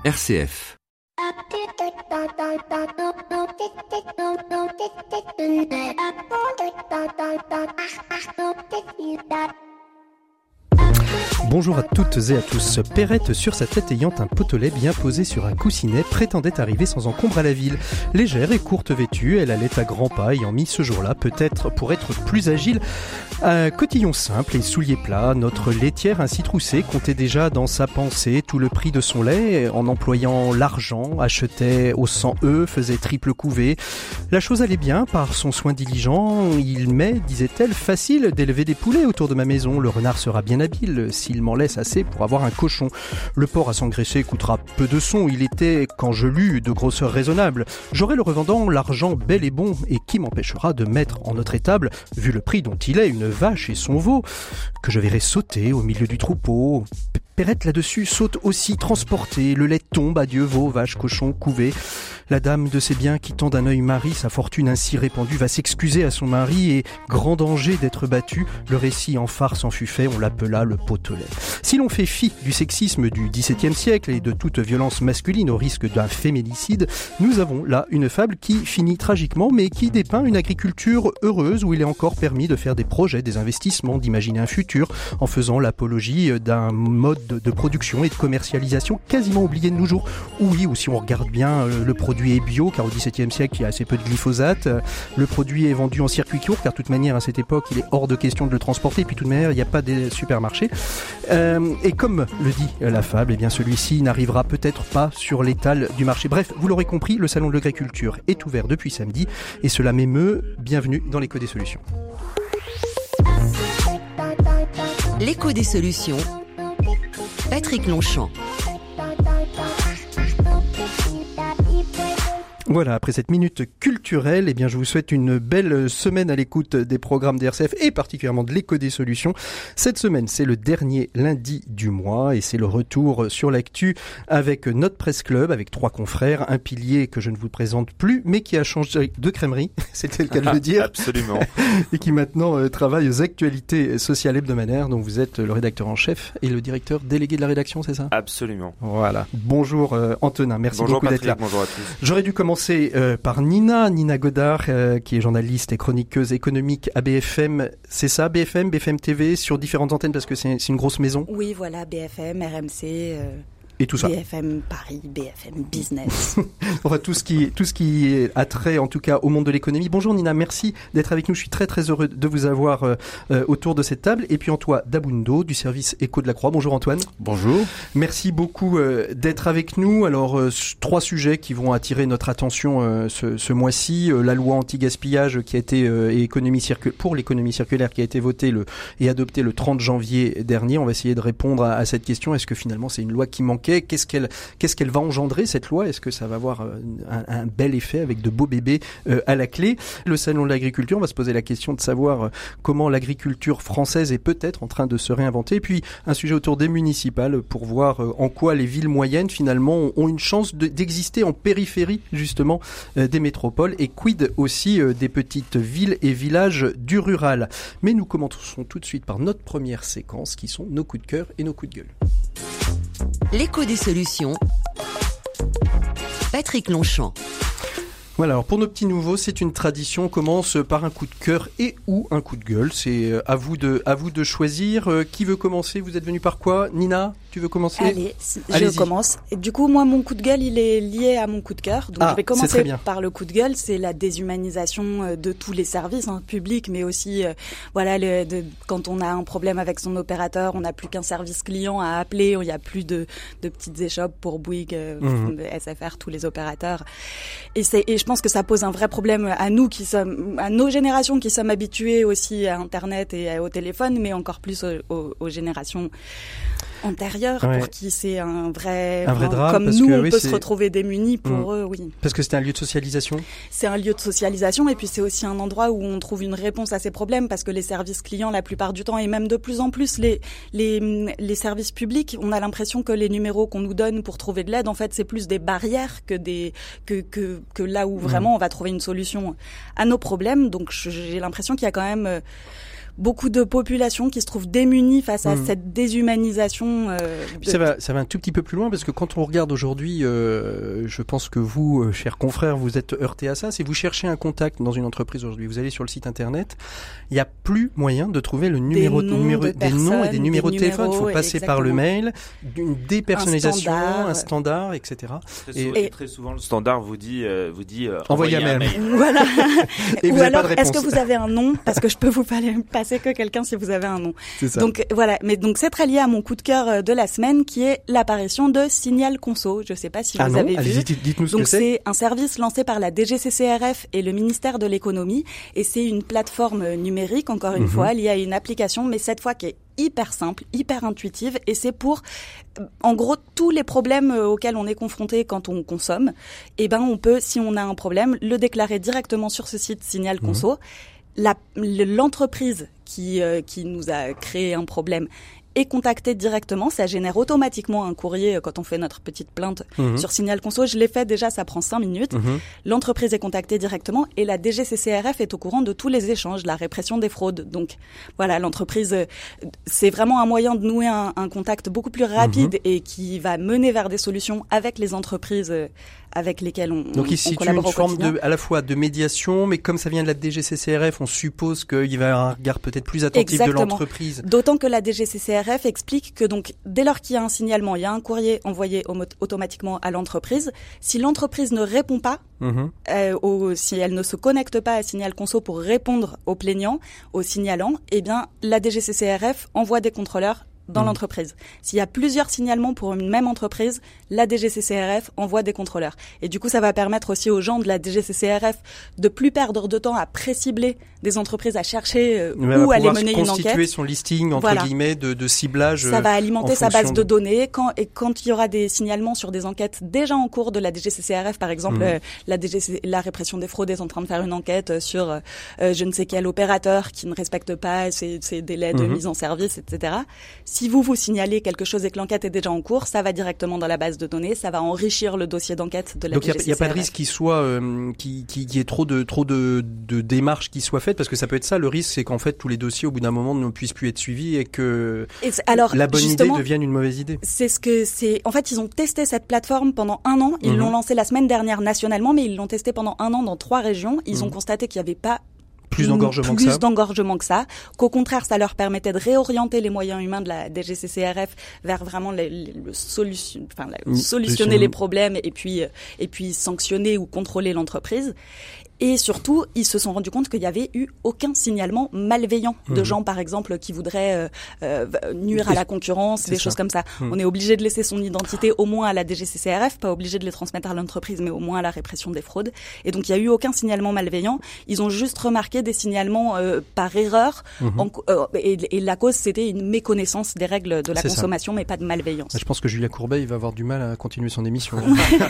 RCF. Bonjour à toutes et à tous. Perrette, sur sa tête ayant un potelet bien posé sur un coussinet, prétendait arriver sans encombre à la ville. Légère et courte vêtue, elle allait à grands pas, ayant mis ce jour-là, peut-être pour être plus agile, un cotillon simple et souliers plats. Notre laitière ainsi troussée comptait déjà dans sa pensée tout le prix de son lait. En employant l'argent, achetait au 100 œufs, faisait triple couvée. La chose allait bien par son soin diligent. Il m'est, disait-elle, facile d'élever des poulets autour de ma maison. Le renard sera bien habile s'il m'en laisse assez pour avoir un cochon. Le porc à s'engraisser coûtera peu de son. Il était, quand je lus, de grosseur raisonnable. J'aurai le revendant l'argent bel et bon, et qui m'empêchera de mettre en notre étable, vu le prix dont il est, une vache et son veau, que je verrai sauter au milieu du troupeau. Perrette là-dessus saute aussi transportée, le lait tombe, adieu veau, vache, cochon, couvé. La dame de ses biens, quittant d'un œil Marie, sa fortune ainsi répandue, va s'excuser à son mari et, grand danger d'être battue, le récit en farce en fut fait, on l'appela le potelet. Si l'on fait fi du sexisme du XVIIe siècle et de toute violence masculine au risque d'un féminicide, nous avons là une fable qui finit tragiquement mais qui dépeint une agriculture heureuse où il est encore permis de faire des projets, des investissements, d'imaginer un futur en faisant l'apologie d'un mode de production et de commercialisation quasiment oublié de nos jours. Oui, ou si on regarde bien, le produit est bio, car au XVIIe siècle, il y a assez peu de glyphosate. Le produit est vendu en circuit court, car de toute manière, à cette époque, il est hors de question de le transporter. Et puis, de toute manière, il n'y a pas de supermarchés. Et comme le dit la fable, eh bien, celui-ci n'arrivera peut-être pas sur l'étal du marché. Bref, vous l'aurez compris, le salon de l'agriculture est ouvert depuis samedi. Et cela m'émeut. Bienvenue dans l'Écho des solutions. L'Écho des solutions. Patrick Longchamp. Voilà, après cette minute culturelle, eh bien, je vous souhaite une belle semaine à l'écoute des programmes d'RCF et particulièrement de l'Écho des solutions. Cette semaine, c'est le dernier lundi du mois et c'est le retour sur l'actu avec notre Presse Club, avec 3 confrères, un pilier que je ne vous présente plus, mais qui a changé de crèmerie, c'était le cas de le dire. Absolument. Et qui maintenant travaille aux actualités sociales hebdomadaires, dont vous êtes le rédacteur en chef et le directeur délégué de la rédaction, c'est ça ? Absolument. Voilà. Bonjour Antonin, merci bonjour beaucoup Patrick, d'être là. Bonjour à tous. J'aurais dû commencer par Nina Godard, qui est journaliste et chroniqueuse économique à BFM. C'est ça, BFM TV, sur différentes antennes parce que c'est une grosse maison. Oui, voilà, BFM, RMC... Et tout ça. BFM Paris, BFM Business. Enfin, tout ce qui a trait, en tout cas, au monde de l'économie. Bonjour Nina, merci d'être avec nous. Je suis très très heureux de vous avoir autour de cette table. Et puis Antoine Dabundo, du service Écho de la Croix. Bonjour Antoine. Bonjour. Merci beaucoup d'être avec nous. Alors, 3 sujets qui vont attirer notre attention ce mois-ci. La loi anti-gaspillage qui a été pour l'économie circulaire qui a été votée et adoptée le 30 janvier dernier. On va essayer de répondre à cette question. Est-ce que finalement c'est une loi qui manquait ? Qu'est-ce qu'elle va engendrer, cette loi ? Est-ce que ça va avoir un bel effet avec de beaux bébés à la clé ? Le salon de l'agriculture, on va se poser la question de savoir comment l'agriculture française est peut-être en train de se réinventer. Et puis un sujet autour des municipales pour voir en quoi les villes moyennes finalement ont une chance d'exister en périphérie justement des métropoles, et quid aussi des petites villes et villages du rural. Mais nous commençons tout de suite par notre première séquence qui sont nos coups de cœur et nos coups de gueule. L'Écho des solutions. Patrick Longchamp. Voilà, alors pour nos petits nouveaux, c'est une tradition. On commence par un coup de cœur et ou un coup de gueule. C'est à vous de choisir. Qui veut commencer ? Vous êtes venu par quoi ? Nina, tu veux commencer ? Allez, je commence. Et du coup, moi, mon coup de gueule, il est lié à mon coup de cœur. Donc, je vais commencer par le coup de gueule. C'est la déshumanisation de tous les services publics, mais aussi, quand on a un problème avec son opérateur, on n'a plus qu'un service client à appeler. Il n'y a plus de petites échoppes pour Bouygues, SFR, tous les opérateurs. Et je pense que ça pose un vrai problème à nous à nos générations qui sommes habituées aussi à Internet et au téléphone, mais encore plus aux générations antérieurs, pour qui c'est un vrai drame, comme nous, on peut se retrouver démunis pour eux, oui. Parce que c'est un lieu de socialisation. C'est un lieu de socialisation, et puis c'est aussi un endroit où on trouve une réponse à ces problèmes, parce que les services clients, la plupart du temps, et même de plus en plus, les services publics, on a l'impression que les numéros qu'on nous donne pour trouver de l'aide, en fait, c'est plus des barrières que là où vraiment on va trouver une solution à nos problèmes. Donc j'ai l'impression qu'il y a quand même beaucoup de populations qui se trouvent démunies face à cette déshumanisation. Ça va un tout petit peu plus loin parce que quand on regarde aujourd'hui, je pense que vous, chers confrères, vous êtes heurtés à ça. Si vous cherchez un contact dans une entreprise aujourd'hui, vous allez sur le site internet, il n'y a plus moyen de trouver le des noms et des numéros de téléphone. Il faut passer par le mail, une dépersonnalisation, un standard, etc. Très souvent, le standard vous dit envoyez un mail. Voilà. Et ou alors, est-ce que vous avez un nom? Parce que je peux vous passer que quelqu'un si vous avez un nom. C'est ça. Donc voilà. Mais donc c'est très lié à mon coup de cœur de la semaine, qui est l'apparition de Signal Conso. Je ne sais pas si vous avez vu. Dites-nous ce donc que c'est. C'est un service lancé par la DGCCRF et le ministère de l'économie, et c'est une plateforme numérique, encore une fois, liée à une application, mais cette fois qui est hyper simple, hyper intuitive, et c'est pour, en gros, tous les problèmes auxquels on est confronté quand on consomme. Eh ben, on peut, si on a un problème, le déclarer directement sur ce site Signal Conso. L'entreprise qui nous a créé un problème est contactée directement, ça génère automatiquement un courrier quand on fait notre petite plainte sur Signal Conso. Je l'ai fait déjà, ça prend 5 minutes. L'entreprise est contactée directement et la DGCCRF est au courant de tous les échanges, la répression des fraudes. Donc voilà, l'entreprise, c'est vraiment un moyen de nouer un contact beaucoup plus rapide et qui va mener vers des solutions avec les entreprises avec lesquelles on Donc il situe une forme à la fois de médiation, mais comme ça vient de la DGCCRF, on suppose qu'il va y avoir un regard peut-être plus attentif de l'entreprise. D'autant que la DGCCRF explique que donc dès lors qu'il y a un signalement, il y a un courrier envoyé automatiquement à l'entreprise. Si l'entreprise ne répond pas, si elle ne se connecte pas à Signal Conso pour répondre aux plaignants, aux signalants, eh bien la DGCCRF envoie des contrôleurs dans l'entreprise. S'il y a plusieurs signalements pour une même entreprise, la DGCCRF envoie des contrôleurs. Et du coup, ça va permettre aussi aux gens de la DGCCRF de plus perdre de temps à précibler des entreprises, à chercher où aller mener une enquête. Constituer son listing, entre guillemets, de ciblage. Ça va alimenter sa base de données. Quand il y aura des signalements sur des enquêtes déjà en cours de la DGCCRF, par exemple, la répression des fraudes est en train de faire une enquête sur je ne sais quel opérateur qui ne respecte pas ses délais de mise en service, etc. Si vous signalez quelque chose et que l'enquête est déjà en cours, ça va directement dans la base de données, ça va enrichir le dossier d'enquête de la DGCCRF. Donc il n'y a pas de risque qu'il y ait trop de démarches qui soient faites, parce que ça peut être ça, le risque, c'est qu'en fait tous les dossiers au bout d'un moment ne puissent plus être suivis et que la bonne idée devienne une mauvaise idée. En fait, ils ont testé cette plateforme pendant 1 an, ils l'ont lancée la semaine dernière nationalement, mais ils l'ont testée pendant 1 an dans 3 régions. Ils ont constaté qu'il n'y avait pas plus d'engorgement que ça, qu'au contraire ça leur permettait de réorienter les moyens humains de la DGCCRF vers vraiment solutionner les problèmes et puis sanctionner ou contrôler l'entreprise. Et surtout, ils se sont rendus compte qu'il n'y avait eu aucun signalement malveillant de gens, par exemple, qui voudraient nuire à la concurrence, choses comme ça. On est obligé de laisser son identité au moins à la DGCCRF, pas obligé de les transmettre à l'entreprise, mais au moins à la répression des fraudes. Et donc, il n'y a eu aucun signalement malveillant. Ils ont juste remarqué des signalements par erreur. Et la cause, c'était une méconnaissance des règles de la consommation, mais pas de malveillance. Je pense que Julien Courbet, il va avoir du mal à continuer son émission.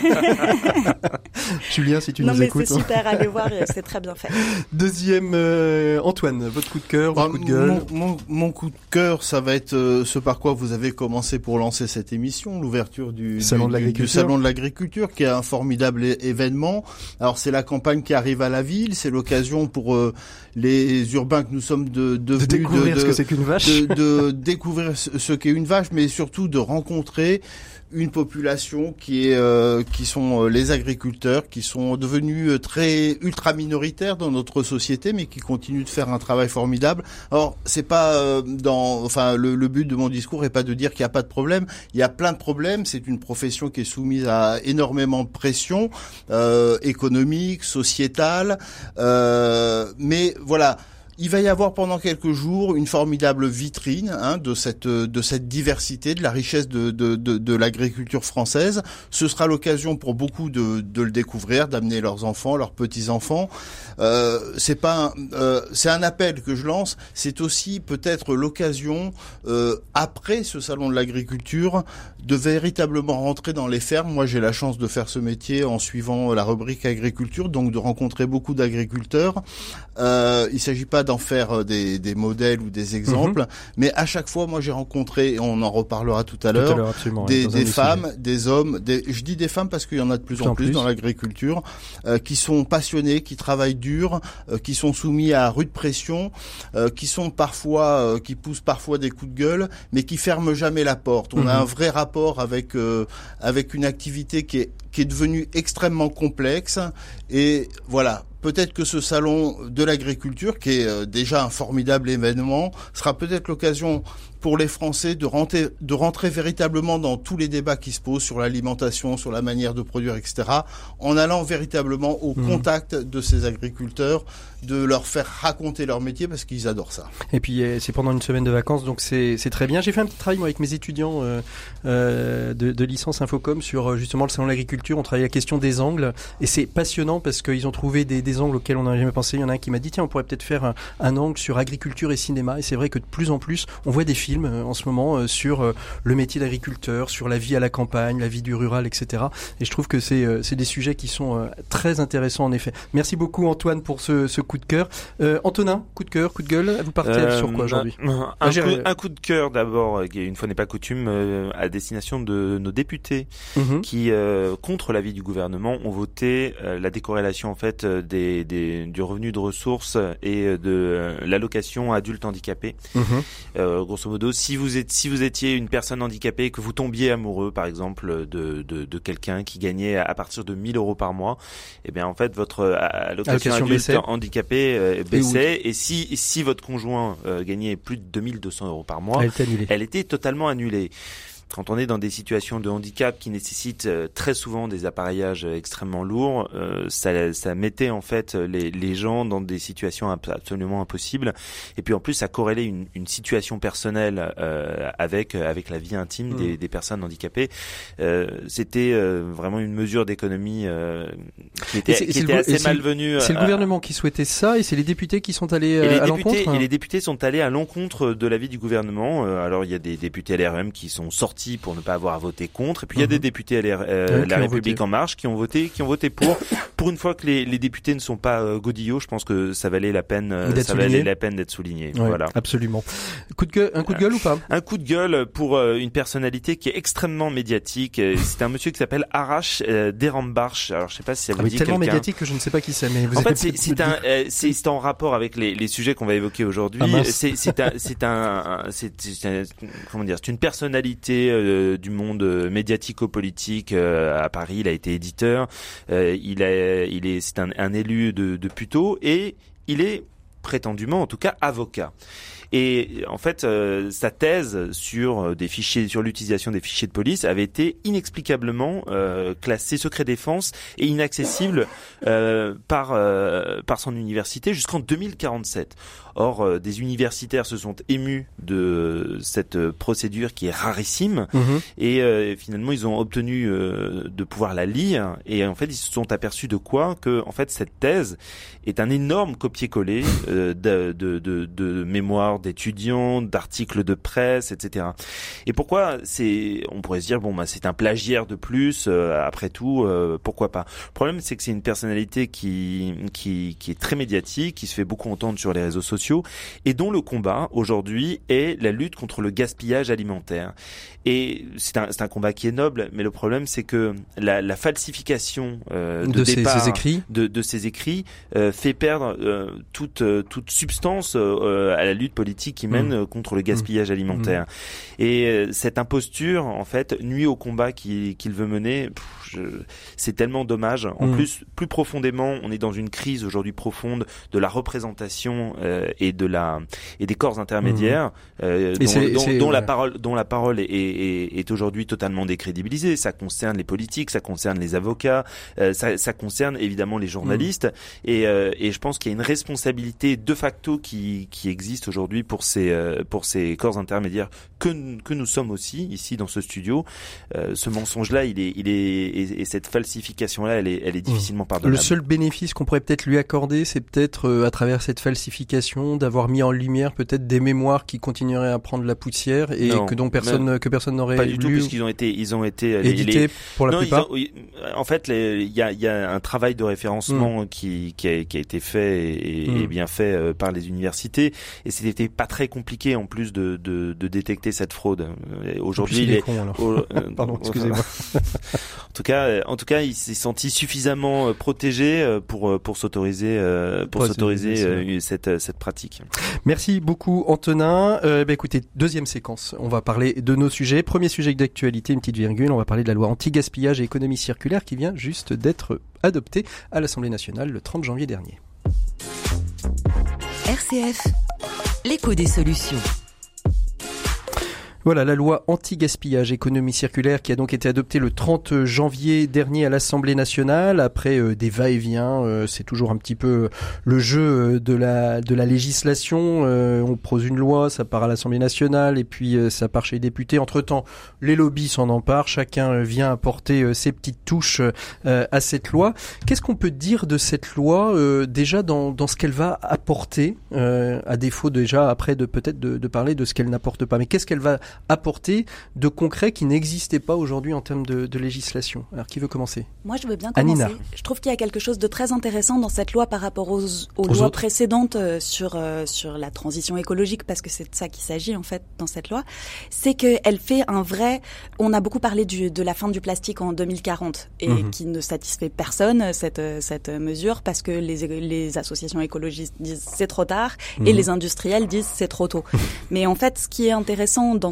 Julien, si tu nous écoutes. Non, mais c'est super, allez voir, c'est très bien fait. Deuxième, Antoine, votre coup de cœur, votre coup de gueule. Mon coup de cœur, ça va être ce par quoi vous avez commencé pour lancer cette émission, l'ouverture du Salon de l'Agriculture, qui est un formidable événement. Alors c'est la campagne qui arrive à la ville, c'est l'occasion pour les urbains que nous sommes de découvrir ce que c'est qu'une vache, de découvrir ce qu'est une vache, mais surtout de rencontrer une population qui sont les agriculteurs, qui sont devenus ultra minoritaires dans notre société, mais qui continuent de faire un travail formidable. Alors c'est pas le but de mon discours est pas de dire qu'il n'y a pas de problème. Il y a plein de problèmes. C'est une profession qui est soumise à énormément de pression économique, sociétale, mais voilà. Il va y avoir pendant quelques jours une formidable vitrine de cette diversité, de la richesse de l'agriculture française. Ce sera l'occasion pour beaucoup de le découvrir, d'amener leurs enfants, leurs petits-enfants. C'est un appel que je lance. C'est aussi peut-être l'occasion, après ce salon de l'agriculture, de véritablement rentrer dans les fermes. Moi, j'ai la chance de faire ce métier en suivant la rubrique agriculture, donc de rencontrer beaucoup d'agriculteurs. Il s'agit pas d'en faire des modèles ou des exemples, mais à chaque fois, moi j'ai rencontré, et on en reparlera tout à l'heure, des femmes, des hommes, je dis des femmes parce qu'il y en a de plus en plus dans l'agriculture, qui sont passionnés, qui travaillent dur, qui sont soumis à rude pression, qui poussent parfois des coups de gueule, mais qui ferment jamais la porte. On a un vrai rapport avec une activité qui est devenue extrêmement complexe, et voilà. Peut-être que ce salon de l'agriculture, qui est déjà un formidable événement, sera peut-être l'occasion pour les Français de rentrer véritablement dans tous les débats qui se posent sur l'alimentation, sur la manière de produire, etc., en allant véritablement au contact de ces agriculteurs, de leur faire raconter leur métier, parce qu'ils adorent ça. Et puis c'est pendant une semaine de vacances, donc c'est très bien. J'ai fait un petit travail moi, avec mes étudiants de licence Infocom sur justement le salon de l'agriculture. On travaille la question des angles, et c'est passionnant parce qu'ils ont trouvé des angles auxquels on n'avait jamais pensé. Il y en a un qui m'a dit, tiens, on pourrait peut-être faire un angle sur agriculture et cinéma. Et c'est vrai que de plus en plus, on voit des films en ce moment sur le métier d'agriculteur, sur la vie à la campagne, la vie du rural, etc. Et je trouve que c'est des sujets qui sont très intéressants en effet. Merci beaucoup Antoine pour ce coup de cœur. Antonin, coup de cœur, coup de gueule, vous partez sur quoi aujourd'hui? Un coup de cœur d'abord, qui une fois n'est pas coutume, à destination de nos députés qui, contre l'avis du gouvernement, ont voté la décorrélation en fait du revenu de ressources et de l'allocation adulte handicapé. Grosso modo, si vous étiez une personne handicapée et que vous tombiez amoureux, par exemple, de quelqu'un qui gagnait à partir de 1 000 euros par mois, eh bien en fait votre allocation adulte handicapé baissait, et si votre conjoint gagnait plus de 2 200 euros par mois, elle était totalement annulée. Quand on est dans des situations de handicap qui nécessitent très souvent des appareillages extrêmement lourds, ça mettait en fait les gens dans des situations absolument impossibles. Et puis en plus, ça corrélait une situation personnelle avec la vie intime des personnes handicapées. C'était vraiment une mesure d'économie qui était assez malvenue. C'est le gouvernement qui souhaitait ça, et c'est les députés qui sont allés à l'encontre. Et les députés sont allés à l'encontre de l'avis du gouvernement. Alors il y a des députés LRM qui sont sortis pour ne pas avoir à voter contre, et puis il y a des députés La République En Marche qui ont voté pour une fois que les députés ne sont pas godillots. Je pense que ça valait la peine d'être souligné. Ouais, voilà, absolument. Un coup de gueule ou pas? Un coup de gueule pour une personnalité qui est extrêmement médiatique. C'est un monsieur qui s'appelle Arash Derambarch. Alors je sais pas si ça vous dit quelqu'un. Tellement médiatique que je ne sais pas qui c'est, mais vous en fait c'est en rapport avec les sujets qu'on va évoquer aujourd'hui. C'est une personnalité du monde médiatico-politique à Paris. Il a été éditeur, c'est un élu de Puteaux, et il est prétendument, en tout cas, avocat. Et en fait, sa thèse sur l'utilisation des fichiers de police avait été inexplicablement classée secret défense et inaccessible par son université jusqu'en 2047. Or, des universitaires se sont émus de cette procédure qui est rarissime, et finalement ils ont obtenu de pouvoir la lire, et en fait ils se sont aperçus de quoi? Que en fait cette thèse est un énorme copier-coller de mémoires d'étudiants, d'articles de presse, etc. Et pourquoi on pourrait se dire c'est un plagiaire de plus, après tout, pourquoi pas? Le problème c'est que c'est une personnalité qui est très médiatique, qui se fait beaucoup entendre sur les réseaux sociaux, et dont le combat aujourd'hui est la lutte contre le gaspillage alimentaire. Et c'est un combat qui est noble, mais le problème c'est que la falsification de ces écrits fait perdre toute substance à la lutte politique qui mène contre le gaspillage alimentaire. Et cette imposture en fait nuit au combat qu'il veut mener. C'est tellement dommage. En plus profondément, on est dans une crise aujourd'hui profonde de la représentation et des corps intermédiaires dont la parole est aujourd'hui totalement décrédibilisée. Ça concerne les politiques, ça concerne les avocats, ça concerne évidemment les journalistes, et je pense qu'il y a une responsabilité de facto qui existe aujourd'hui pour ces corps intermédiaires que nous sommes aussi ici dans ce studio. Ce mensonge-là, il est et cette falsification-là, elle est difficilement pardonnable. Le seul bénéfice qu'on pourrait peut-être lui accorder, c'est peut-être à travers cette falsification d'avoir mis en lumière peut-être des mémoires qui continueraient à prendre la poussière et dont personne n'aurait lu. Pas du tout, puisqu'ils ont été édités pour la plupart. En fait, il y a un travail de référencement qui a été fait et bien fait par les universités, et c'était pas très compliqué en plus de détecter cette fraude. Aujourd'hui, il est con, alors. Pardon, excusez-moi. En tout cas, il s'est senti suffisamment protégé pour s'autoriser cette pratique. Merci beaucoup, Antonin. Écoutez, deuxième séquence. On va parler de nos sujets. Premier sujet d'actualité, une petite virgule. On va parler de la loi anti-gaspillage et économie circulaire qui vient juste d'être adoptée à l'Assemblée nationale le 30 janvier dernier. RCF, l'écho des solutions. Voilà, la loi anti-gaspillage, économie circulaire qui a donc été adoptée le 30 janvier dernier à l'Assemblée nationale après des va-et-vient. C'est toujours un petit peu le jeu de la législation. On pose une loi, ça part à l'Assemblée nationale et puis ça part chez les députés. Entre-temps, les lobbies s'en emparent. Chacun vient apporter ses petites touches à cette loi. Qu'est-ce qu'on peut dire de cette loi déjà dans ce qu'elle va apporter, à défaut déjà après de peut-être de parler de ce qu'elle n'apporte pas. Mais qu'est-ce qu'elle va apporter de concret qui n'existait pas aujourd'hui en termes de législation. Alors, qui veut commencer ? Moi, je veux bien commencer. Anina. Je trouve qu'il y a quelque chose de très intéressant dans cette loi par rapport aux lois précédentes sur la transition écologique, parce que c'est de ça qu'il s'agit en fait dans cette loi. C'est qu'elle fait un vrai... On a beaucoup parlé de la fin du plastique en 2040 et qui ne satisfait personne, cette mesure, parce que les associations écologistes disent c'est trop tard et les industriels disent c'est trop tôt. Mais en fait, ce qui est intéressant dans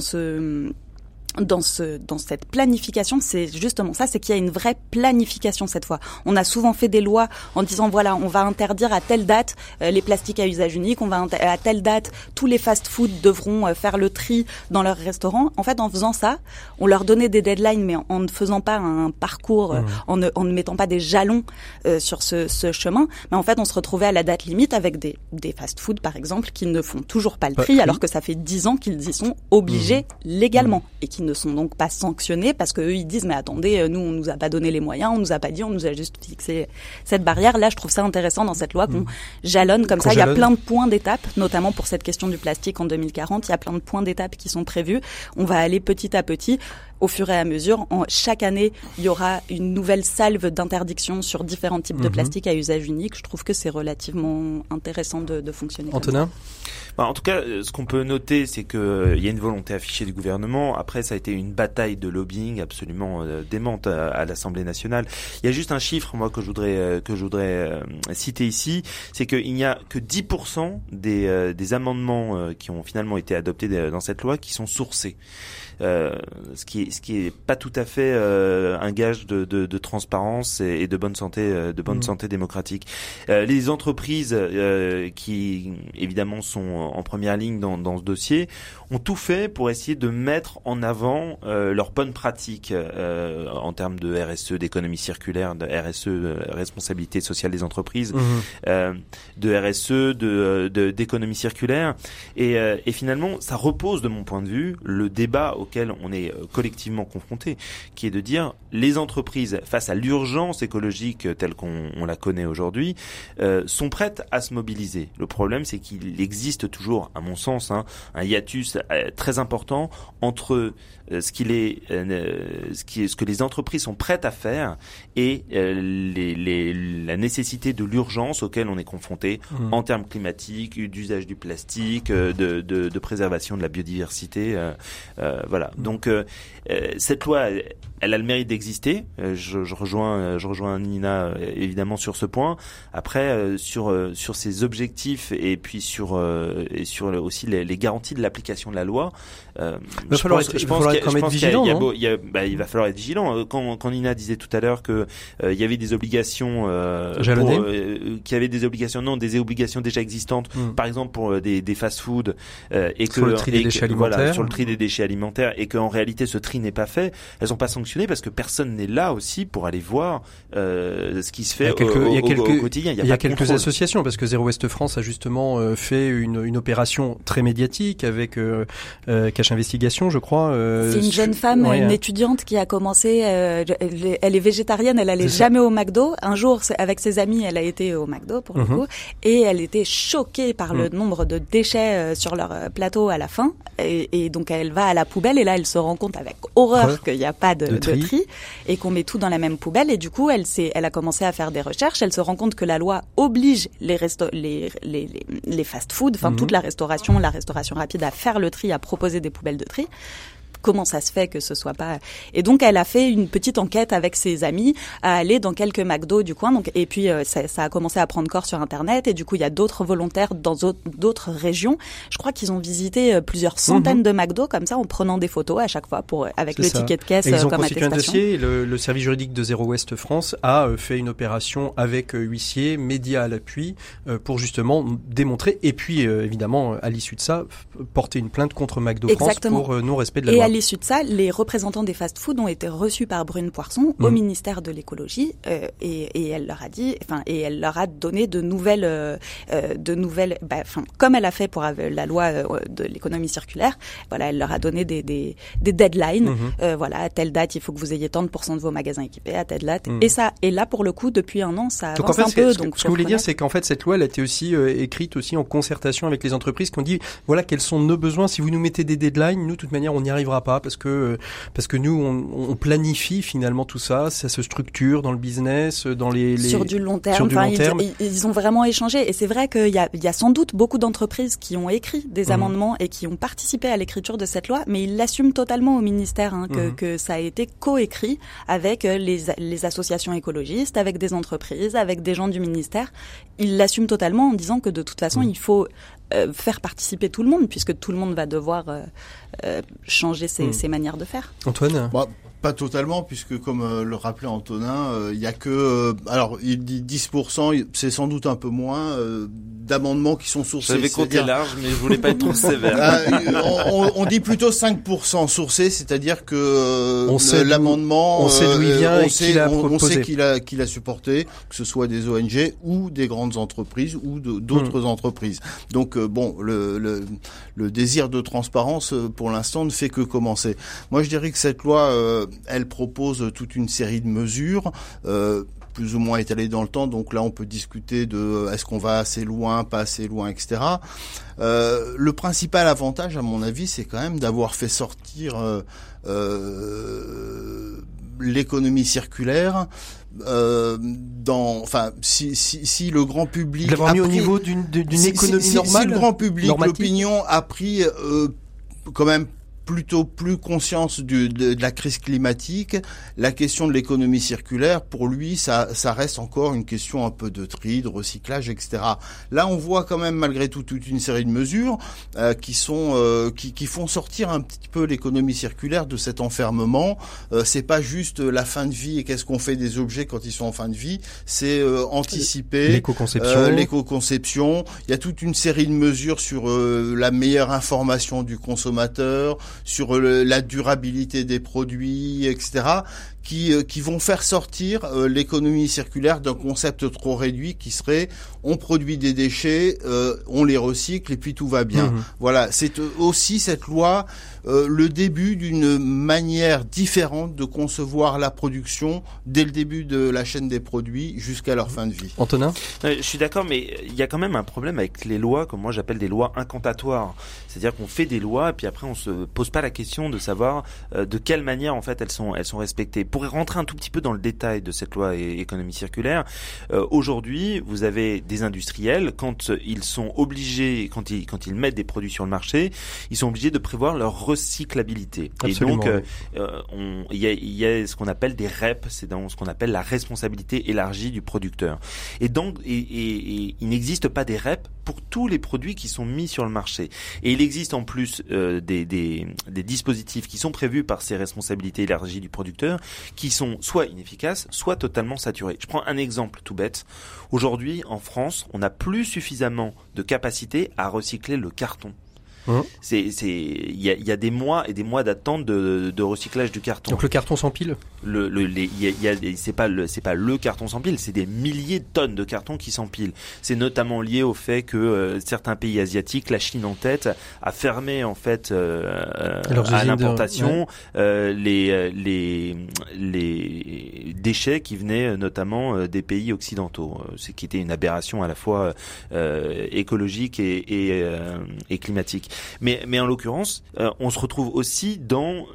cette planification, c'est justement ça, c'est qu'il y a une vraie planification cette fois. On a souvent fait des lois en disant voilà, on va interdire à telle date les plastiques à usage unique, on va à telle date tous les fast-food devront faire le tri dans leurs restaurants. En fait, en faisant ça, on leur donnait des deadlines, mais en ne faisant pas un parcours, en ne mettant pas des jalons sur ce chemin. Mais en fait, on se retrouvait à la date limite avec des fast-food par exemple qui ne font toujours pas le tri, alors que ça fait 10 ans qu'ils y sont obligés légalement et qui ne sont donc pas sanctionnés parce qu'eux ils disent mais attendez, nous on nous a pas donné les moyens, on nous a pas dit, on nous a juste fixé cette barrière. Là je trouve ça intéressant dans cette loi qu'on jalonne comme ça. Il y a plein de points d'étape, notamment pour cette question du plastique en 2040, il y a plein de points d'étape qui sont prévus. On va aller petit à petit. Au fur et à mesure, chaque année, il y aura une nouvelle salve d'interdiction sur différents types de plastique à usage unique. Je trouve que c'est relativement intéressant de fonctionner. Antonin ? En tout cas, ce qu'on peut noter, c'est qu'il y a une volonté affichée du gouvernement. Après, ça a été une bataille de lobbying absolument démente à l'Assemblée nationale. Il y a juste un chiffre, moi, que je voudrais citer ici, c'est qu'il n'y a que 10% des amendements qui ont finalement été adoptés dans cette loi qui sont sourcés. Ce qui est pas tout à fait un gage de transparence et de bonne santé santé démocratique. Les entreprises qui évidemment sont en première ligne dans ce dossier ont tout fait pour essayer de mettre en avant leurs bonnes pratiques en termes de RSE, d'économie circulaire, de RSE, responsabilité sociale des entreprises, de RSE, d'économie circulaire, et finalement ça repose de mon point de vue le débat auquel on est collectivement confronté, qui est de dire les entreprises face à l'urgence écologique telle qu'on la connaît aujourd'hui sont prêtes à se mobiliser. Le problème c'est qu'il existe toujours, à mon sens, un hiatus très important entre ce que les entreprises sont prêtes à faire et la nécessité de l'urgence auquel on est confronté en termes climatiques, d'usage du plastique, de préservation de la biodiversité. Voilà. Donc cette loi, elle a le mérite d'exister. Je rejoins Nina évidemment sur ce point. Après sur ses objectifs et puis sur aussi les garanties de l'application de la loi. Il va falloir être vigilant. Il va falloir être vigilant. Quand Nina disait tout à l'heure que il y avait des obligations des obligations déjà existantes, par exemple pour des fast-food et que sur le tri des déchets alimentaires, sur le tri des déchets alimentaires, et qu'en réalité ce tri tri n'est pas fait, elles sont pas sanctionnées parce que personne n'est là aussi pour aller voir ce qui se fait au quotidien. Il y a quelques associations, parce que Zero Waste France a justement fait une opération très médiatique avec Cache Investigation, je crois. C'est une jeune femme, une étudiante qui a commencé, elle est végétarienne, elle allait jamais au McDo. Un jour, avec ses amis, elle a été au McDo pour le coup, et elle était choquée par le nombre de déchets sur leur plateau à la fin, et donc elle va à la poubelle, et là elle se rend compte avec horreur qu'il n'y a pas de tri, et qu'on met tout dans la même poubelle, et du coup elle a commencé à faire des recherches, elle se rend compte que la loi oblige les fast-food, enfin toute la restauration rapide à faire le tri, à proposer des poubelles de tri. Comment ça se fait que ce soit pas... Et donc, elle a fait une petite enquête avec ses amis à aller dans quelques McDo du coin. Donc, et puis, ça a commencé à prendre corps sur Internet. Et du coup, il y a d'autres volontaires dans d'autres régions. Je crois qu'ils ont visité plusieurs centaines de McDo comme ça, en prenant des photos à chaque fois avec le ticket de caisse comme attestation. Ils ont constitué un dossier. Le service juridique de Zero Waste France a fait une opération avec huissiers, médias à l'appui, pour justement démontrer. Et puis, évidemment, à l'issue de ça, porter une plainte contre McDo France pour non-respect de la loi. À l'issue de ça, les représentants des fast-food ont été reçus par Brune Poirson au ministère de l'écologie, et elle leur a dit, et elle leur a donné de nouvelles, comme elle a fait pour la loi de l'économie circulaire. Voilà, elle leur a donné des deadlines. Voilà, à telle date, il faut que vous ayez tant de % de vos magasins équipés, à telle date. Et là, pour le coup, depuis un an, ça avance un peu. Ce que vous voulez dire, c'est qu'en fait, cette loi, elle a été aussi écrite aussi en concertation avec les entreprises qui ont dit, voilà, quels sont nos besoins. Si vous nous mettez des deadlines, nous, de toute manière, on n'y arrivera pas, parce que nous on planifie finalement tout ça, ça se structure dans le business, dans sur du long terme. Ils ont vraiment échangé, et c'est vrai qu'il y a sans doute beaucoup d'entreprises qui ont écrit des amendements et qui ont participé à l'écriture de cette loi, mais ils l'assument totalement au ministère, que ça a été coécrit avec les associations écologistes, avec des entreprises, avec des gens du ministère. Ils l'assument totalement en disant que de toute façon il faut faire participer tout le monde, puisque tout le monde va devoir changer ses manières de faire. Antoine ? Pas totalement, puisque comme le rappelait Antonin, il y a que... alors, il dit 10%, c'est sans doute un peu moins d'amendements qui sont sourcés. J'avais compté large, mais je voulais pas être trop sévère. On dit plutôt 5% sourcés, c'est-à-dire que l'amendement... On sait d'où il vient et qui l'a proposé. On sait qui l'a supporté, que ce soit des ONG ou des grandes entreprises ou d'autres entreprises. Donc, le désir de transparence, pour l'instant, ne fait que commencer. Moi, je dirais que cette loi... elle propose toute une série de mesures, plus ou moins étalées dans le temps. Donc là, on peut discuter de est-ce qu'on va assez loin, pas assez loin, etc. Le principal avantage, à mon avis, c'est quand même d'avoir fait sortir l'économie circulaire. Si le grand public l'avoir mis au niveau d'une économie normale, si le grand public, l'opinion a pris quand même plutôt plus conscience de la crise climatique, la question de l'économie circulaire, pour lui, ça reste encore une question un peu de tri, de recyclage, etc. Là, on voit quand même malgré tout toute une série de mesures qui font sortir un petit peu l'économie circulaire de cet enfermement. C'est pas juste la fin de vie et qu'est-ce qu'on fait des objets quand ils sont en fin de vie, c'est anticiper l'éco-conception. Il y a toute une série de mesures sur la meilleure information du consommateur, sur la durabilité des produits, etc., qui vont faire sortir l'économie circulaire d'un concept trop réduit qui serait on produit des déchets, on les recycle et puis tout va bien. Voilà, c'est aussi cette loi le début d'une manière différente de concevoir la production dès le début de la chaîne des produits jusqu'à leur fin de vie. Antonin ? Je suis d'accord, mais il y a quand même un problème avec les lois, comme moi j'appelle des lois incantatoires. C'est-à-dire qu'on fait des lois et puis après on se pose pas la question de savoir de quelle manière en fait elles sont respectées. Pour rentrer un tout petit peu dans le détail de cette loi économie circulaire, aujourd'hui vous avez des industriels, quand ils sont obligés, quand ils mettent des produits sur le marché, ils sont obligés de prévoir leur recyclabilité. Absolument. Et donc il y a ce qu'on appelle des REP, c'est dans ce qu'on appelle la responsabilité élargie du producteur. Et donc il n'existe pas des REP pour tous les produits qui sont mis sur le marché. Et il existe en plus des dispositifs qui sont prévus par ces responsabilités élargies du producteur qui sont soit inefficaces, soit totalement saturés. Je prends un exemple tout bête. Aujourd'hui, en France, on n'a plus suffisamment de capacité à recycler le carton. Il y a des mois et des mois d'attente de recyclage du carton. Donc le carton s'empile. C'est pas le carton s'empile, c'est des milliers de tonnes de carton qui s'empilent. C'est notamment lié au fait que certains pays asiatiques, la Chine en tête, a fermé en fait à l'importation les déchets qui venaient notamment des pays occidentaux, ce qui était une aberration à la fois écologique et climatique. Mais en l'occurrence, on se retrouve aussi dans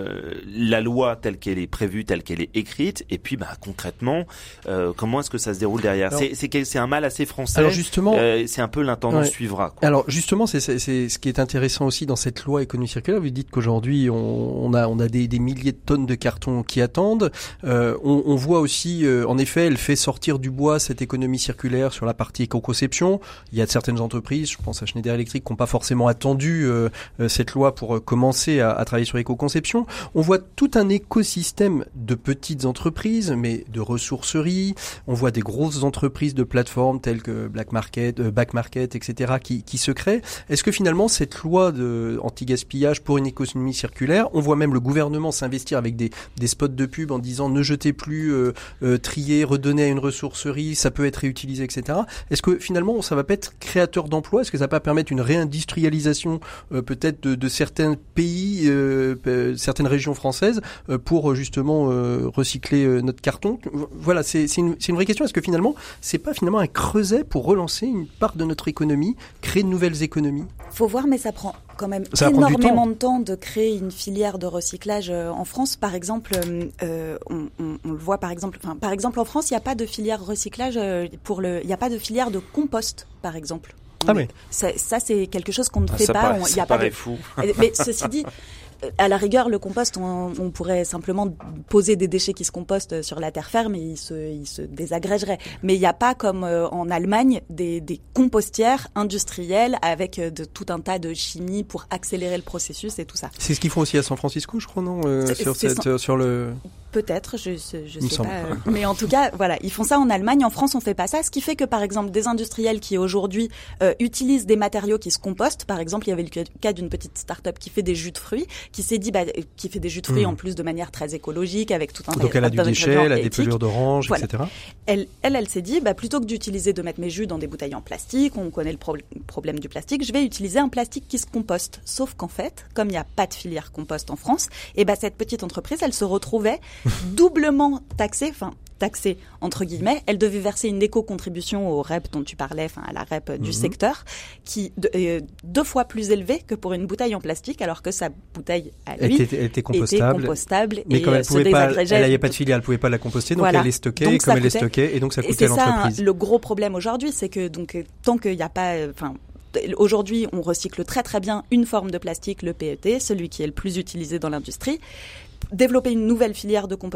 la loi telle qu'elle est prévue, telle qu'elle est écrite, et puis concrètement, comment est-ce que ça se déroule derrière? Alors, c'est un mal assez français. Alors justement, c'est un peu l'intendant suivra. Quoi. Alors justement, c'est ce qui est intéressant aussi dans cette loi économie circulaire. Vous dites qu'aujourd'hui, on a des milliers de tonnes de carton qui attendent. On voit aussi, en effet, elle fait sortir du bois cette économie circulaire sur la partie éco-conception. Il y a certaines entreprises, je pense à Schneider Electric, qui n'ont pas forcément attendu cette loi pour commencer à travailler sur l'éco-conception. On voit tout un écosystème de petites entreprises, mais de ressourceries. On voit des grosses entreprises de plateformes telles que Back Market, etc., qui se créent. Est-ce que finalement cette loi anti-gaspillage pour une économie circulaire, on voit même le gouvernement s'investir avec des spots de pub en disant ne jetez plus, trier, redonner à une ressourcerie, ça peut être réutilisé, etc. Est-ce que finalement ça va pas être créateur d'emplois? Est-ce que ça va pas permettre une réindustrialisation peut-être de certains pays, certaines régions françaises pour justement recycler notre carton? Voilà, c'est une vraie question. Est-ce que finalement c'est pas finalement un creuset pour relancer une part de notre économie, créer de nouvelles économies? Faut voir, mais ça prend quand même énormément de temps de créer une filière de recyclage en France. Par exemple, on le voit par exemple en France, il n'y a pas de filière recyclage il n'y a pas de filière de compost, par exemple. Ça c'est quelque chose qu'on ne fait pas. Ça paraît fou. Mais ceci dit, à la rigueur, le compost, on pourrait simplement poser des déchets qui se compostent sur la terre ferme et ils se désagrégeraient. Mais il n'y a pas comme en Allemagne des compostières industrielles avec tout un tas de chimie pour accélérer le processus et tout ça. C'est ce qu'ils font aussi à San Francisco, je crois, non? Sur le... Peut-être, je sais pas. Mais en tout cas, voilà, ils font ça en Allemagne. En France, on fait pas ça. Ce qui fait que, par exemple, des industriels qui aujourd'hui utilisent des matériaux qui se compostent. Par exemple, il y avait le cas d'une petite start-up qui fait des jus de fruits, qui s'est dit, qui fait des jus de fruits en plus de manière très écologique, avec tout un tas Donc elle a du déchet, elle a des pelures d'orange, voilà. Etc. Elle s'est dit, plutôt que d'utiliser de mettre mes jus dans des bouteilles en plastique, on connaît le problème du plastique, je vais utiliser un plastique qui se composte. Sauf qu'en fait, comme il n'y a pas de filière compost en France, cette petite entreprise, elle se retrouvait doublement taxée entre guillemets, elle devait verser une éco-contribution au REP dont tu parlais, à la REP du secteur, qui est 2 fois plus élevée que pour une bouteille en plastique, alors que sa bouteille à lui était compostable mais comme elle n'avait pas de filière, elle pouvait pas la composter, donc elle est stockée, et comme elle est stockée, et donc ça coûtait à l'entreprise. C'est ça le gros problème aujourd'hui, c'est que tant qu'il n'y a pas, aujourd'hui, on recycle très très bien une forme de plastique, le PET, celui qui est le plus utilisé dans l'industrie. Développer une nouvelle filière de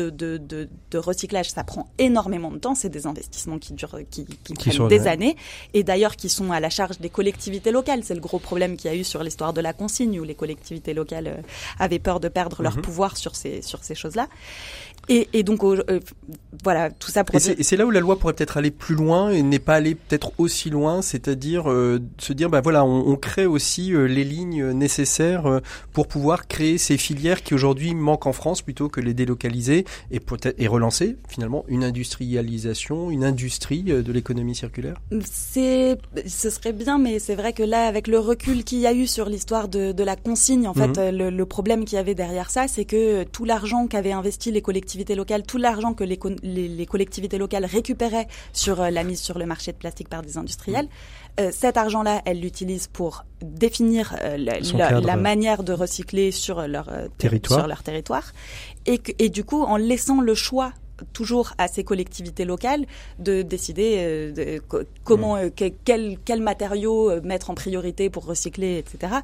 recyclage, ça prend énormément de temps. C'est des investissements qui prennent des années, et d'ailleurs qui sont à la charge des collectivités locales. C'est le gros problème qu'il y a eu sur l'histoire de la consigne, où les collectivités locales avaient peur de perdre leur pouvoir sur ces choses-là. Et donc voilà, tout ça pour et c'est là où la loi pourrait peut-être aller plus loin et n'est pas aller peut-être aussi loin, c'est-à-dire se dire on crée aussi les lignes nécessaires pour pouvoir créer ces filières qui aujourd'hui manquent en France, plutôt que les délocaliser et peut-être relancer finalement une industrialisation, une industrie de l'économie circulaire. Ce serait bien, mais c'est vrai que là, avec le recul qu'il y a eu sur l'histoire de la consigne, en fait, le problème qu'il y avait derrière ça, c'est que tout l'argent qu'avaient investi les collectivités locales, tout l'argent que les collectivités locales récupéraient sur la mise sur le marché de plastique par des industriels, cet argent-là, elles l'utilisent pour définir la manière de recycler sur leur territoire. Et du coup, en laissant le choix toujours à ces collectivités locales de décider comment quel matériau mettre en priorité pour recycler, etc.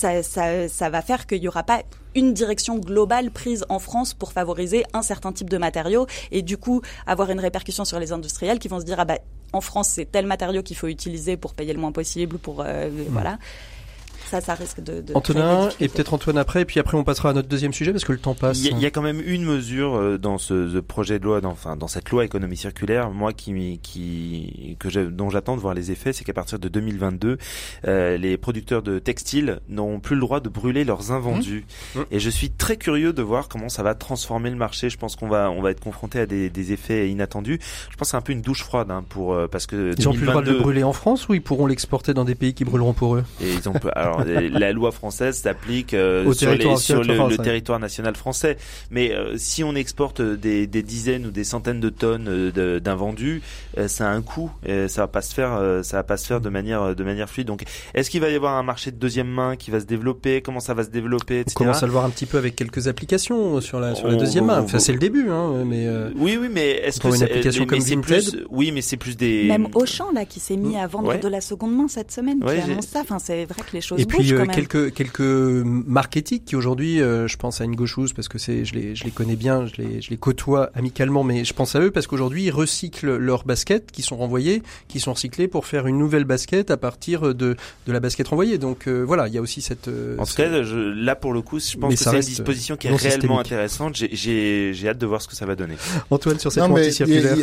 Ça va faire qu'il n'y aura pas une direction globale prise en France pour favoriser un certain type de matériaux, et du coup avoir une répercussion sur les industriels qui vont se dire en France c'est tel matériau qu'il faut utiliser pour payer le moins possible, voilà. ça risque de Antonin, et peut-être Antoine après, et puis après on passera à notre deuxième sujet parce que le temps passe. Il y a quand même une mesure dans ce projet de loi, dans cette loi économie circulaire, moi dont j'attends de voir les effets, c'est qu'à partir de 2022, les producteurs de textiles n'auront plus le droit de brûler leurs invendus. Et je suis très curieux de voir comment ça va transformer le marché. Je pense qu'on va être confronté à des effets inattendus. Je pense que c'est un peu une douche froide parce que ils 2022... ont plus le droit de le brûler en France ou ils pourront l'exporter dans des pays qui brûleront pour eux? Et alors la loi française s'applique sur le territoire national français. Mais si on exporte des dizaines ou des centaines de tonnes d'invendus, ça a un coût. Et ça va pas se faire de manière fluide. Donc, est-ce qu'il va y avoir un marché de deuxième main qui va se développer? Comment ça va se développer, etc. On commence à le voir un petit peu avec quelques applications sur la deuxième main. Enfin, c'est le début, mais oui, mais est-ce que une application comme Vinted? Oui, mais c'est plus des même Auchan là qui s'est mis à vendre de la seconde main cette semaine, qui annonce ça. Enfin, c'est vrai que les choses bougent quand même. Et puis quelques marques éthiques qui aujourd'hui, je pense à InGoShoes parce que je les connais bien, je les côtoie amicalement, mais je pense à eux parce qu'aujourd'hui ils recyclent leurs baskets qui sont renvoyées, qui sont recyclées pour faire une nouvelle basket à partir de la basket renvoyée. Donc voilà, il y a aussi cette. En tout cas, là pour le coup, je pense que c'est une disposition qui est réellement intéressante. J'ai hâte de voir ce que ça va donner. Antoine, sur cette loi anti-circulaire,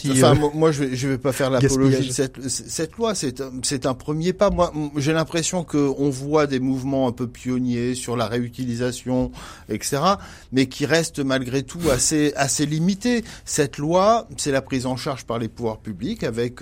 moi je vais pas faire l'apologie de cette loi. C'est un premier pas. Moi, j'ai l'impression qu'on voit des mouvements un peu pionniers sur la réutilisation, etc., mais qui restent malgré tout assez limités. Cette loi, c'est la prise en charge par les pouvoirs publics avec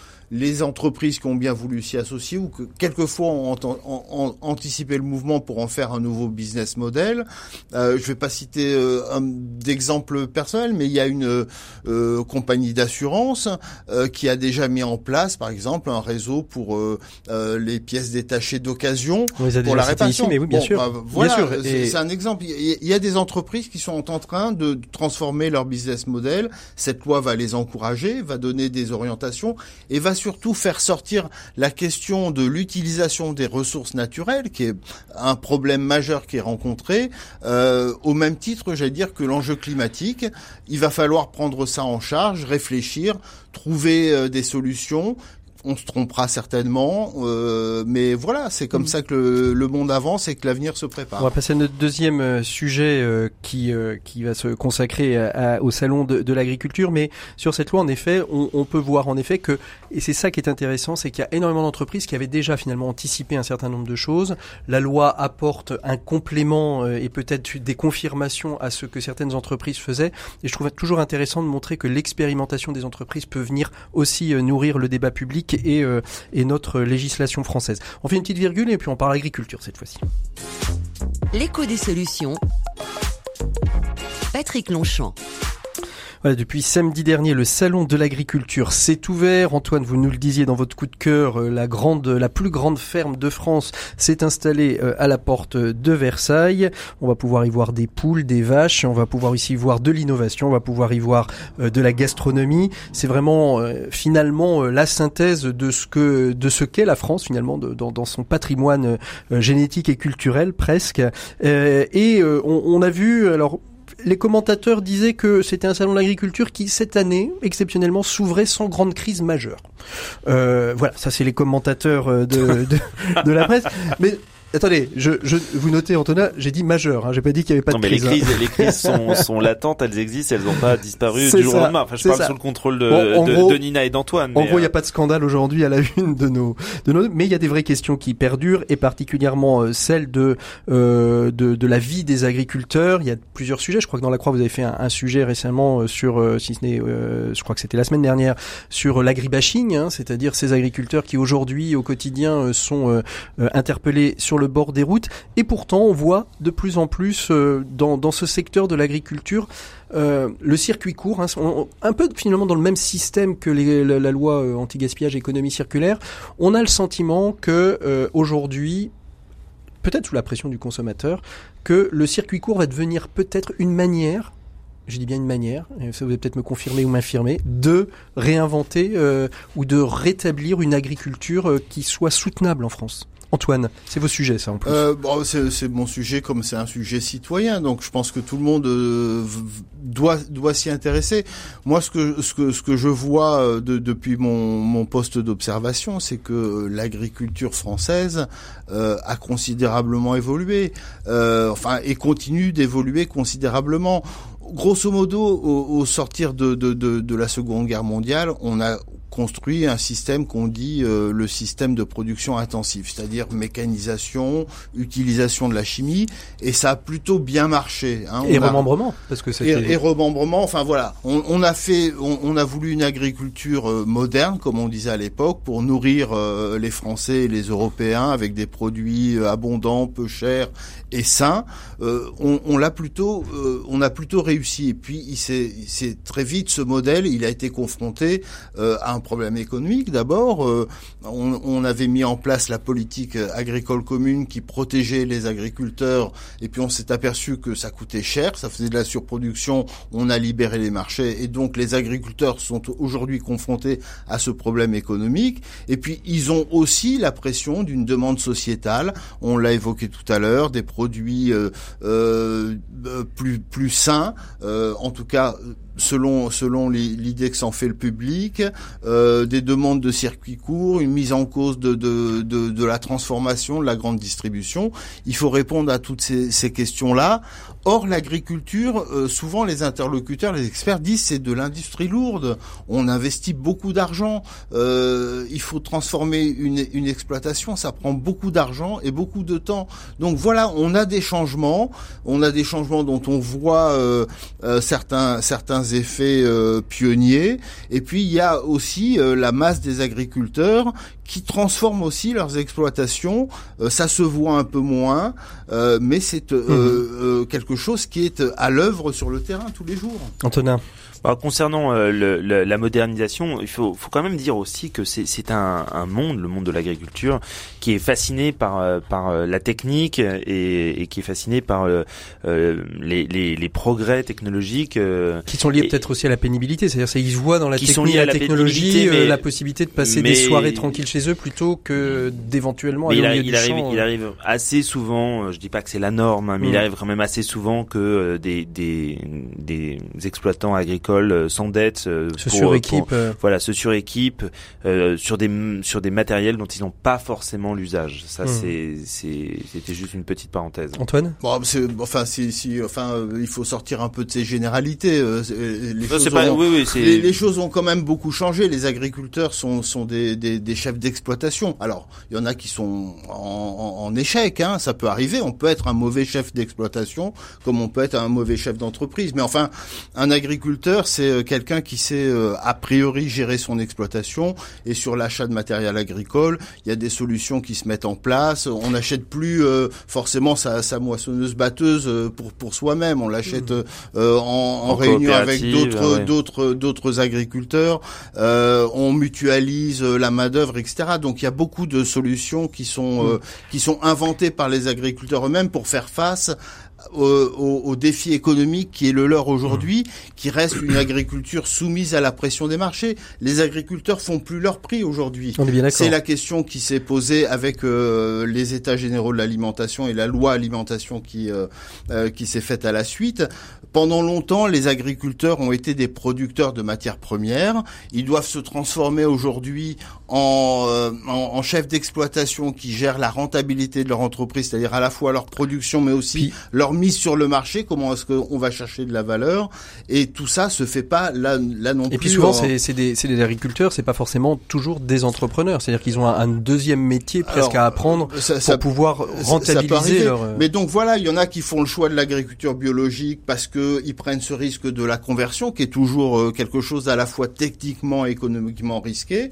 les entreprises qui ont bien voulu s'y associer ou que quelquefois ont anticipé le mouvement pour en faire un nouveau business model. Je vais pas citer d'exemple personnel, mais il y a une compagnie d'assurance qui a déjà mis en place, par exemple, un réseau pour les pièces détachées d'occasion pour la réparation. Mais oui, bien sûr. Voilà, bien sûr. C'est un exemple. Il y a des entreprises qui sont en train de transformer leur business model. Cette loi va les encourager, va donner des orientations et va surtout faire sortir la question de l'utilisation des ressources naturelles, qui est un problème majeur qui est rencontré. Au même titre, j'allais dire que l'enjeu climatique, il va falloir prendre ça en charge, réfléchir, trouver des solutions. On se trompera certainement, mais voilà, c'est comme ça que le monde avance et que l'avenir se prépare. On va passer à notre deuxième sujet qui va se consacrer au salon de l'agriculture, mais sur cette loi, en effet, on peut voir en effet que, et c'est ça qui est intéressant, c'est qu'il y a énormément d'entreprises qui avaient déjà finalement anticipé un certain nombre de choses. La loi apporte un complément et peut-être des confirmations à ce que certaines entreprises faisaient, et je trouve toujours intéressant de montrer que l'expérimentation des entreprises peut venir aussi nourrir le débat public et notre législation française. On fait une petite virgule et puis on parle agriculture cette fois-ci. L'écho des solutions. Patrick Longchamp. Voilà, depuis samedi dernier, le salon de l'agriculture s'est ouvert. Antoine, vous nous le disiez dans votre coup de cœur, la plus grande ferme de France s'est installée à la porte de Versailles. On va pouvoir y voir des poules, des vaches, on va pouvoir ici voir de l'innovation, on va pouvoir y voir de la gastronomie. C'est vraiment finalement la synthèse de ce qu'est la France finalement dans son patrimoine génétique et culturel presque. On a vu alors. Les commentateurs disaient que c'était un salon de l'agriculture qui, cette année, exceptionnellement, s'ouvrait sans grande crise majeure. Voilà, ça c'est les commentateurs de la presse. Mais attendez, vous notez, Antonin, j'ai dit majeur, j'ai pas dit qu'il y avait pas de crise. Les crises sont latentes, elles existent, elles n'ont pas disparu du jour au lendemain. Enfin, je parle sous le contrôle de Nina et d'Antoine. En gros, il n'y a pas de scandale aujourd'hui à la une de nos, mais il y a des vraies questions qui perdurent et particulièrement celle de la vie des agriculteurs. Il y a plusieurs sujets. Je crois que dans La Croix, vous avez fait un sujet récemment sur, si ce n'est, je crois que c'était la semaine dernière, sur l'agribashing, c'est-à-dire ces agriculteurs qui aujourd'hui, au quotidien, sont interpellés sur le bord des routes, et pourtant on voit de plus en plus dans ce secteur de l'agriculture le circuit court, un peu finalement dans le même système que la loi anti-gaspillage et économie circulaire. On a le sentiment que aujourd'hui, peut-être sous la pression du consommateur, que le circuit court va devenir peut-être une manière, je dis bien une manière, ça vous allez peut-être me confirmer ou m'infirmer, de réinventer ou de rétablir une agriculture qui soit soutenable en France. Antoine, c'est vos sujets, ça, en plus. C'est mon sujet, comme c'est un sujet citoyen, donc je pense que tout le monde doit s'y intéresser. Moi, ce que je vois depuis mon poste d'observation, c'est que l'agriculture française a considérablement évolué, et continue d'évoluer considérablement. Grosso modo, au sortir de la Seconde Guerre mondiale, on a construit un système qu'on dit le système de production intensive, c'est-à-dire mécanisation, utilisation de la chimie, et ça a plutôt bien marché. Et remembrement, parce que et remembrement. Enfin voilà, on a voulu une agriculture moderne, comme on disait à l'époque, pour nourrir les Français et les Européens avec des produits abondants, peu chers et sains. On a plutôt réussi. Et puis c'est très vite, ce modèle, il a été confronté à un problème économique. D'abord, on avait mis en place la politique agricole commune qui protégeait les agriculteurs, et puis on s'est aperçu que ça coûtait cher, ça faisait de la surproduction, on a libéré les marchés, et donc les agriculteurs sont aujourd'hui confrontés à ce problème économique. Et puis ils ont aussi la pression d'une demande sociétale, on l'a évoqué tout à l'heure, des produits plus sains, en tout cas selon l'idée que s'en fait le public, des demandes de circuits courts, une mise en cause de la transformation, de la grande distribution. Il faut répondre à toutes ces questions-là. Or, l'agriculture, souvent les interlocuteurs, les experts disent c'est de l'industrie lourde. On investit beaucoup d'argent. Il faut transformer une exploitation, ça prend beaucoup d'argent et beaucoup de temps. Donc voilà, on a des changements dont on voit certains effets pionniers. Et puis il y a aussi la masse des agriculteurs qui transforment aussi leurs exploitations. Ça se voit un peu moins, mais c'est quelque chose qui est à l'œuvre sur le terrain tous les jours. Antonin. Alors, concernant la modernisation, il faut quand même dire aussi que c'est un monde, le monde de l'agriculture, qui est fasciné par la technique et qui est fasciné par les progrès technologiques qui sont liés peut-être aussi à la pénibilité, c'est-à-dire qu'ils voient dans la technique, la technologie, la possibilité de passer des soirées tranquilles chez eux plutôt que d'éventuellement aller au milieu du champ. Il arrive assez souvent, je dis pas que c'est la norme, mais il arrive quand même assez souvent que des exploitants agricoles s'endettent se suréquipent sur des matériels dont ils n'ont pas forcément l'usage. Ça c'était juste une petite parenthèse. Antoine? Il faut sortir un peu de ces généralités. Les choses ont quand même beaucoup changé. Les agriculteurs sont des chefs d'exploitation. Alors, il y en a qui sont en échec, hein, ça peut arriver. On peut être un mauvais chef d'exploitation comme on peut être un mauvais chef d'entreprise. Mais enfin, un agriculteur, c'est quelqu'un qui sait a priori gérer son exploitation, et sur l'achat de matériel agricole, il y a des solutions qui se mettent en place. On n'achète plus forcément sa moissonneuse batteuse pour soi-même. On l'achète en réunion avec d'autres agriculteurs. On mutualise la main-d'œuvre, etc. Donc il y a beaucoup de solutions qui sont inventées par les agriculteurs eux-mêmes pour faire face au défi économique qui est le leur aujourd'hui, qui reste une agriculture soumise à la pression des marchés. Les agriculteurs font plus leur prix aujourd'hui. On est bien d'accord. C'est la question qui s'est posée avec les états généraux de l'alimentation et la loi alimentation qui s'est faite à la suite. Pendant longtemps, les agriculteurs ont été des producteurs de matières premières. Ils doivent se transformer aujourd'hui en chefs d'exploitation qui gèrent la rentabilité de leur entreprise, c'est-à-dire à la fois leur production mais aussi leur mise sur le marché, comment est-ce qu'on va chercher de la valeur, et tout ça se fait pas là non plus. Et puis souvent c'est des agriculteurs, c'est pas forcément toujours des entrepreneurs, c'est-à-dire qu'ils ont un deuxième métier presque à apprendre pour pouvoir rentabiliser leur... Mais donc voilà, il y en a qui font le choix de l'agriculture biologique parce que ils prennent ce risque de la conversion qui est toujours quelque chose à la fois techniquement et économiquement risqué,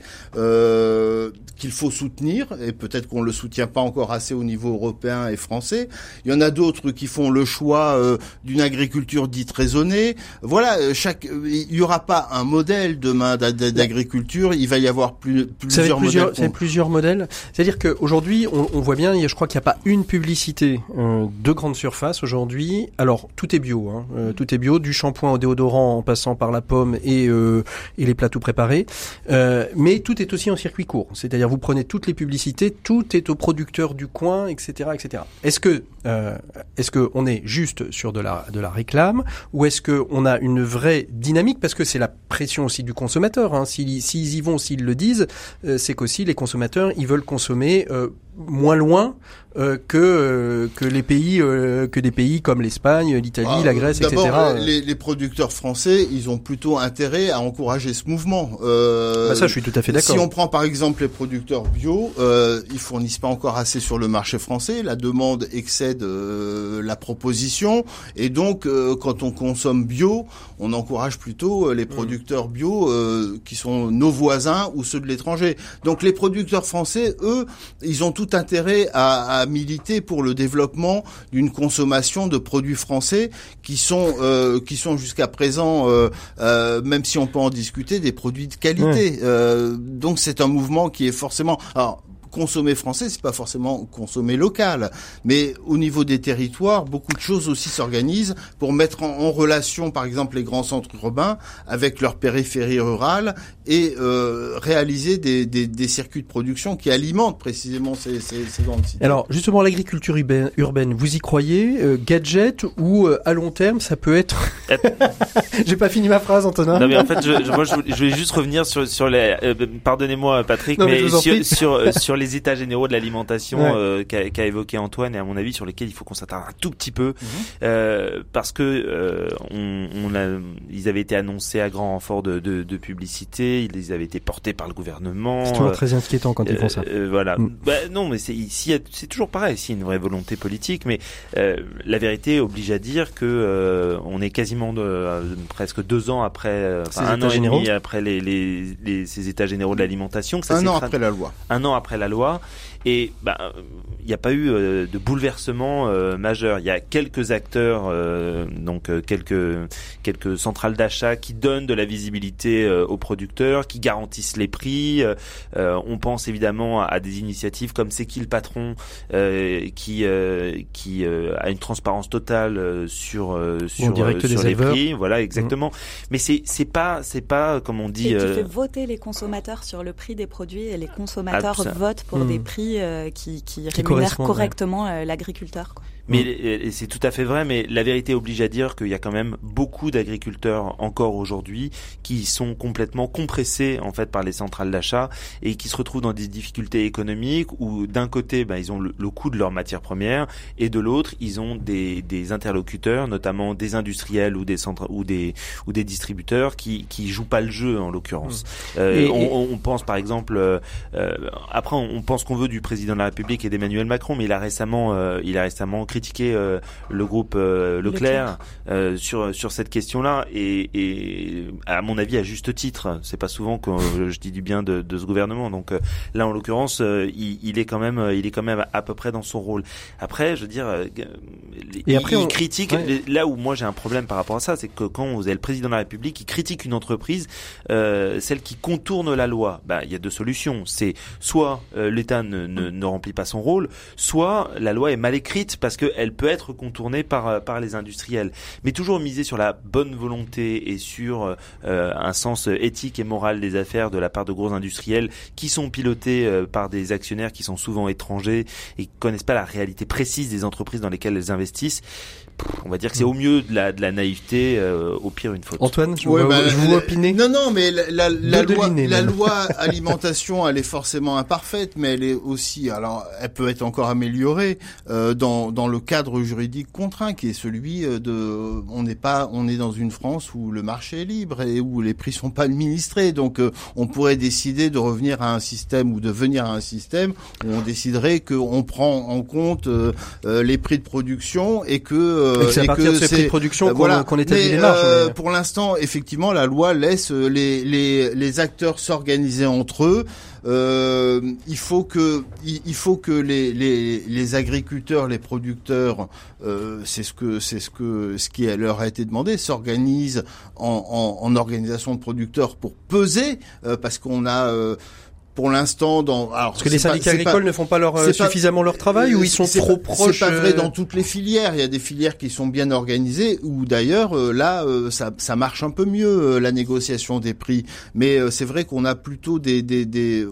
qu'il faut soutenir, et peut-être qu'on le soutient pas encore assez au niveau européen et français. Il y en a d'autres qui font le choix d'une agriculture dite raisonnée. Voilà, il y aura pas un modèle demain d'agriculture, il va y avoir plusieurs modèles. C'est plusieurs modèles. C'est-à-dire qu'aujourd'hui, on voit bien, je crois qu'il n'y a pas une publicité de grande surface aujourd'hui. Alors, tout est bio, hein. Tout est bio, du shampoing au déodorant en passant par la pomme et les plats tout préparés. Mais tout est aussi circuit court. C'est-à-dire, vous prenez toutes les publicités, tout est au producteur du coin, etc., etc. Est-ce que on est juste sur de la réclame, ou est-ce que on a une vraie dynamique, parce que c'est la pression aussi du consommateur, hein. S'ils y vont, s'ils le disent, c'est qu'aussi les consommateurs, ils veulent consommer moins loin que des pays comme l'Espagne, l'Italie, la Grèce, d'abord, etc. Les producteurs français, ils ont plutôt intérêt à encourager ce mouvement. Ça, je suis tout à fait d'accord. Si on prend par exemple les producteurs bio, ils fournissent pas encore assez sur le marché français. La demande excède la proposition, et donc quand on consomme bio, on encourage plutôt les producteurs bio qui sont nos voisins ou ceux de l'étranger. Donc les producteurs français, eux, ils ont tout intérêt à militer pour le développement d'une consommation de produits français qui sont jusqu'à présent, même si on peut en discuter, des produits de qualité. Donc c'est un mouvement qui est forcément... Alors, consommer français, c'est pas forcément consommer local, mais au niveau des territoires, beaucoup de choses aussi s'organisent pour mettre en relation, par exemple, les grands centres urbains avec leurs périphéries rurales et réaliser des circuits de production qui alimentent précisément ces grandes cités. Alors, justement, l'agriculture urbaine, vous y croyez, gadget, ou à long terme, ça peut être... J'ai pas fini ma phrase, Antonin. Non, mais en fait, je voulais juste revenir sur les... pardonnez-moi, Patrick, non, mais sur les états généraux de l'alimentation qu'a évoqué Antoine, et à mon avis sur lesquels il faut qu'on s'attarde un tout petit peu, parce que ils avaient été annoncés à grand renfort de publicité, ils avaient été portés par le gouvernement. C'est toujours très inquiétant quand ils font ça. Voilà. Non, mais c'est toujours pareil, s'il y a une vraie volonté politique, mais la vérité oblige à dire que on est quasiment presque 2 ans après, un an et demi après ces états généraux de l'alimentation. Un an après la loi. Un an après la loi. Et il n'y a pas eu de bouleversement majeur. Il y a quelques acteurs, quelques centrales d'achat qui donnent de la visibilité aux producteurs, qui garantissent les prix. On pense évidemment à des initiatives comme C'est qui le patron, qui a une transparence totale sur les prix. Voilà, exactement. Mais c'est pas comme on dit. Et qui fait voter les consommateurs sur le prix des produits, et les consommateurs votent pour des prix qui rémunèrent correctement l'agriculteur, quoi. Mais c'est tout à fait vrai, mais la vérité oblige à dire qu'il y a quand même beaucoup d'agriculteurs encore aujourd'hui qui sont complètement compressés en fait par les centrales d'achat et qui se retrouvent dans des difficultés économiques où d'un côté ils ont le coût de leurs matières premières, et de l'autre ils ont des interlocuteurs, notamment des industriels ou des distributeurs qui jouent pas le jeu en l'occurrence. On pense par exemple après on pense qu'on veut du président de la République et d'Emmanuel Macron, mais il a récemment critiqué le groupe Leclerc sur cette question-là, et à mon avis à juste titre. C'est pas souvent que je dis du bien de ce gouvernement, donc là en l'occurrence il est quand même à peu près dans son rôle. Après je veux dire il critique. Là où moi j'ai un problème par rapport à ça, c'est que quand vous avez le président de la République qui critique une entreprise, celle qui contourne la loi, il y a 2 solutions. C'est soit l'État ne remplit pas son rôle, soit la loi est mal écrite parce que elle peut être contournée par les industriels. Mais toujours miser sur la bonne volonté et sur un sens éthique et moral des affaires de la part de gros industriels qui sont pilotés par des actionnaires qui sont souvent étrangers et qui connaissent pas la réalité précise des entreprises dans lesquelles elles investissent. On va dire que c'est au mieux de la naïveté, au pire une faute. Antoine, je vous opiner. Non, mais la loi alimentation, elle est forcément imparfaite, mais elle est aussi, alors, elle peut être encore améliorée dans le cadre juridique contraint qui est celui on est dans une France où le marché est libre et où les prix sont pas administrés. Donc, on pourrait décider de revenir à un système ou de venir à un système où on déciderait qu'on prend en compte les prix de production et que c'est à partir de ces prix de production qu'on établit les marges. Pour l'instant, effectivement, la loi laisse les acteurs s'organiser entre eux. Il faut que les agriculteurs, les producteurs, c'est ce qui leur a été demandé, s'organisent en organisation de producteurs pour peser, parce qu'on a pour l'instant, parce que les syndicats agricoles ne font pas suffisamment leur travail, ou ils sont trop proches. C'est pas vrai dans toutes les filières. Il y a des filières qui sont bien organisées, où d'ailleurs ça marche un peu mieux la négociation des prix. Mais c'est vrai qu'on a plutôt des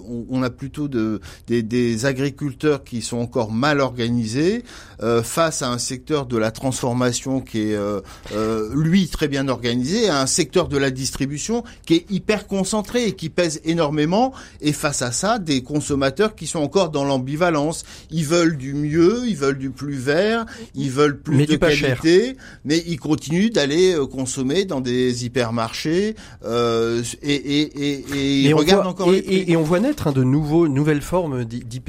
agriculteurs qui sont encore mal organisés face à un secteur de la transformation qui est lui très bien organisé, à un secteur de la distribution qui est hyper concentré et qui pèse énormément. Et face à ça, des consommateurs qui sont encore dans l'ambivalence. Ils veulent du mieux, ils veulent du plus vert, ils veulent plus de qualité, mais ils continuent d'aller consommer dans des hypermarchés et ils regardent encore les prix. Et on voit naître de nouvelles formes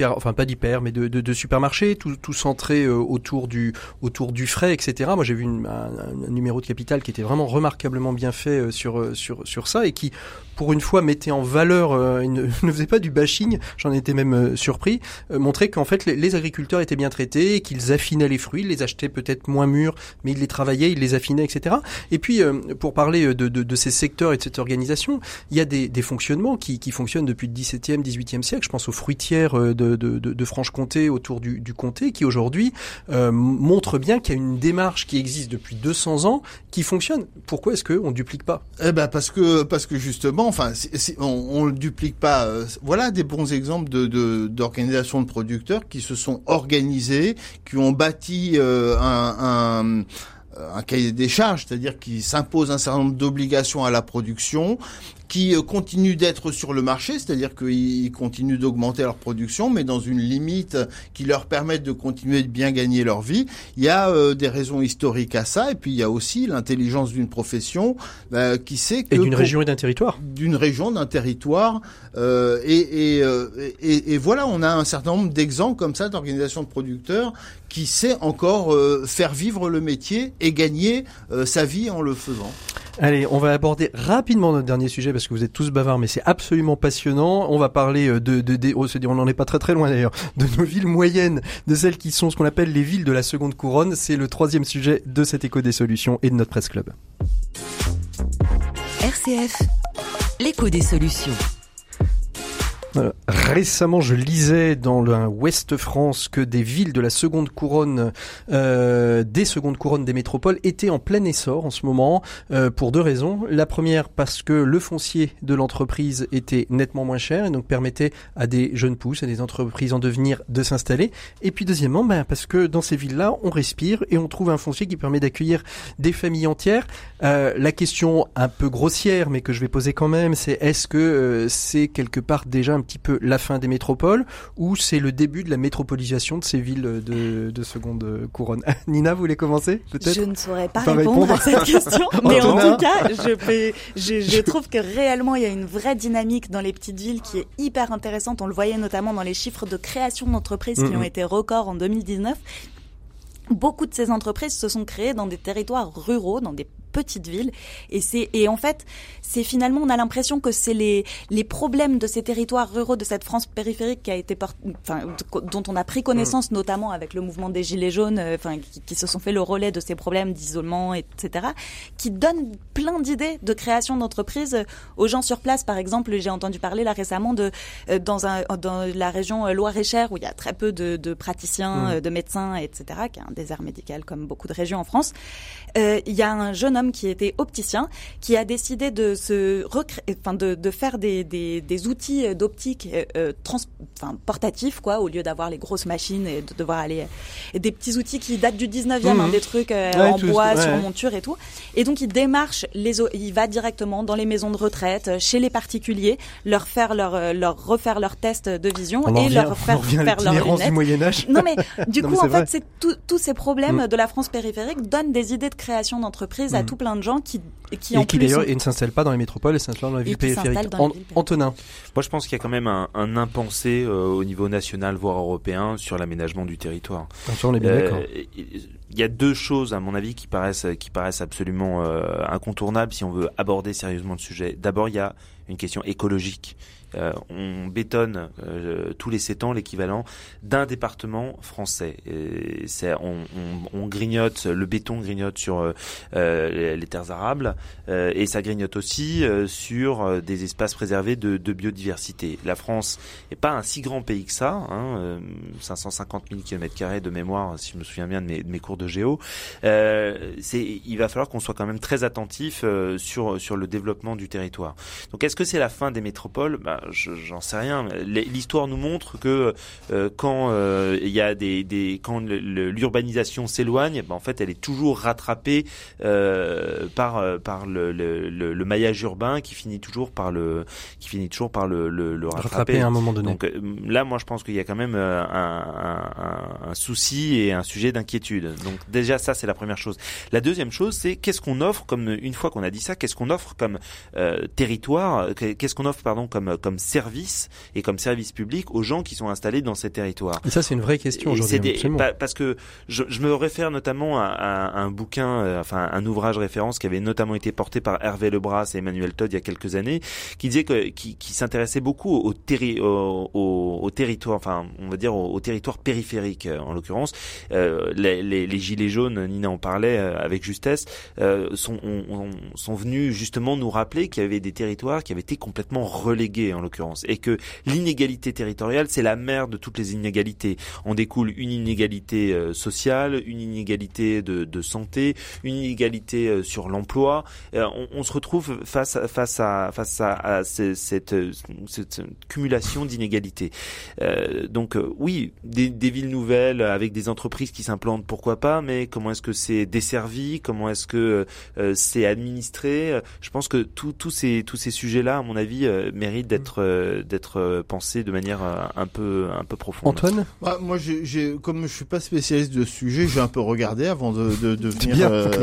de supermarchés, tout centré autour du frais, etc. Moi, j'ai vu un numéro de Capital qui était vraiment remarquablement bien fait sur ça et qui, pour une fois, mettait en valeur, ne faisait pas du bashing, j'en étais même surpris, montrait qu'en fait les agriculteurs étaient bien traités, qu'ils affinaient les fruits, ils les achetaient peut-être moins mûrs, mais ils les travaillaient, ils les affinaient, etc. Et puis, pour parler de ces secteurs et de cette organisation, il y a des fonctionnements qui fonctionnent depuis le XVIIe, XVIIIe siècle. Je pense aux fruitières de Franche-Comté autour du comté, qui aujourd'hui montrent bien qu'il y a une démarche qui existe depuis 200 ans, qui fonctionne. Pourquoi est-ce qu'on ne duplique pas ? Parce que justement, on le duplique pas. Voilà des bons exemples d'organisations de producteurs qui se sont organisés, qui ont bâti un cahier des charges, c'est-à-dire qui s'impose un certain nombre d'obligations à la production, qui continuent d'être sur le marché, c'est-à-dire qu'ils continuent d'augmenter leur production, mais dans une limite qui leur permette de continuer de bien gagner leur vie. Il y a des raisons historiques à ça, et puis il y a aussi l'intelligence d'une profession qui sait que... Et d'une région et d'un territoire. D'une région, d'un territoire. Et voilà, on a un certain nombre d'exemples comme ça d'organisations de producteurs qui sait encore faire vivre le métier et gagner sa vie en le faisant. Allez, on va aborder rapidement notre dernier sujet parce que vous êtes tous bavards, mais c'est absolument passionnant. On va parler on n'en est pas très très loin d'ailleurs, de nos villes moyennes, de celles qui sont ce qu'on appelle les villes de la seconde couronne. C'est le 3e sujet de cet Écho des solutions et de notre Presse Club. RCF, l'Écho des solutions. Récemment, je lisais dans le Ouest France que des villes de la seconde couronne, des secondes couronnes des métropoles étaient en plein essor en ce moment, pour 2 raisons. La première, parce que le foncier de l'entreprise était nettement moins cher et donc permettait à des jeunes pousses, à des entreprises en devenir de s'installer. Et puis deuxièmement, parce que dans ces villes-là, on respire et on trouve un foncier qui permet d'accueillir des familles entières. La question un peu grossière, mais que je vais poser quand même, c'est est-ce que c'est quelque part déjà un petit peu la fin des métropoles ou c'est le début de la métropolisation de ces villes de seconde couronne? Nina, vous voulez commencer peut-être? Je ne saurais pas répondre à cette question, mais en tout cas, je trouve que réellement il y a une vraie dynamique dans les petites villes qui est hyper intéressante. On le voyait notamment dans les chiffres de création d'entreprises qui ont été records en 2019. Beaucoup de ces entreprises se sont créées dans des territoires ruraux, dans des petites villes, et en fait c'est finalement, on a l'impression que c'est les problèmes de ces territoires ruraux, de cette France périphérique qui a été dont on a pris connaissance notamment avec le mouvement des Gilets jaunes, qui se sont fait le relais de ces problèmes d'isolement, etc., qui donnent plein d'idées de création d'entreprises aux gens sur place. Par exemple, j'ai entendu parler là récemment dans la région Loire-et-Cher où il y a très peu de praticiens, de médecins, etc., qui est un désert médical comme beaucoup de régions en France. Il y a un jeune homme qui était opticien, qui a décidé de faire des outils d'optique portatifs, quoi, au lieu d'avoir les grosses machines et de devoir aller, des petits outils qui datent du 19e, des trucs en bois, sur monture et tout. Et donc il démarche il va directement dans les maisons de retraite, chez les particuliers, leur refaire leur test de vision leur faire leurs lunettes. Du Moyen-Âge. Non mais du coup en fait c'est tous ces problèmes de la France périphérique donnent des idées de création d'entreprises à tout plein de gens qui d'ailleurs ne s'installent pas dans les métropoles et s'installent dans la ville périphérique. Antonin. Moi je pense qu'il y a quand même un impensé au niveau national voire européen sur l'aménagement du territoire. On est bien d'accord. Il y a 2 choses à mon avis qui paraissent absolument incontournables si on veut aborder sérieusement le sujet. D'abord, il y a une question écologique. On bétonne tous les 7 ans l'équivalent d'un département français. Et on grignote, le béton grignote sur les terres arables et ça grignote aussi sur des espaces préservés de biodiversité. La France n'est pas un si grand pays que ça, 550 000 km² de mémoire, si je me souviens bien de mes cours de géo. Il va falloir qu'on soit quand même très attentif sur le développement du territoire. Donc est-ce que c'est la fin des métropoles ? J'en sais rien. L'histoire nous montre que quand il y a quand l'urbanisation s'éloigne, en fait, elle est toujours rattrapée par le maillage urbain qui finit toujours par le rattraper à un moment donné. Donc là, moi, je pense qu'il y a quand même un souci et un sujet d'inquiétude. Donc déjà, ça, c'est la première chose. La deuxième chose, c'est qu'est-ce qu'on offre une fois qu'on a dit ça, qu'est-ce qu'on offre comme territoire, qu'est-ce qu'on offre comme service et comme service public aux gens qui sont installés dans ces territoires. Et ça, c'est une vraie question aujourd'hui. Parce que je me réfère notamment à un bouquin, un ouvrage référence qui avait notamment été porté par Hervé Lebras et Emmanuel Todd il y a quelques années, qui disait qui s'intéressait beaucoup au territoire, on va dire au territoire périphérique en l'occurrence. Les gilets jaunes, Nina en parlait avec justesse, sont venus justement nous rappeler qu'il y avait des territoires qui avaient été complètement relégués en l'occurrence, et que l'inégalité territoriale, c'est la mère de toutes les inégalités. En découle une inégalité sociale, une inégalité de santé, une inégalité sur l'emploi. On se retrouve face à cette cumulation d'inégalités. Donc oui, des villes nouvelles avec des entreprises qui s'implantent, pourquoi pas, mais comment est-ce que c'est desservi, comment est-ce que c'est administré? Je pense que tous ces sujets-là, à mon avis, méritent d'être pensés de manière un peu profonde. Antoine? Moi, comme je suis pas spécialiste de ce sujet, j'ai un peu regardé avant de venir.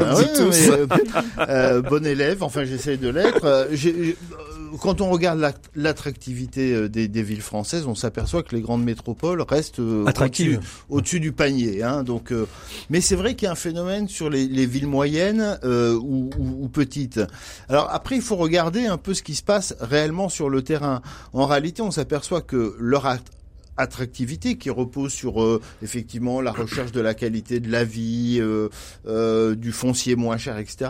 Bien, bon élève, j'essaye de l'être. Quand on regarde l'attractivité des villes françaises, on s'aperçoit que les grandes métropoles restent au-dessus du panier. Donc, mais c'est vrai qu'il y a un phénomène sur les villes moyennes ou petites. Alors après, il faut regarder un peu ce qui se passe réellement sur le terrain. En réalité, on s'aperçoit que leur attractivité qui repose sur effectivement la recherche de la qualité de la vie, du foncier moins cher, etc.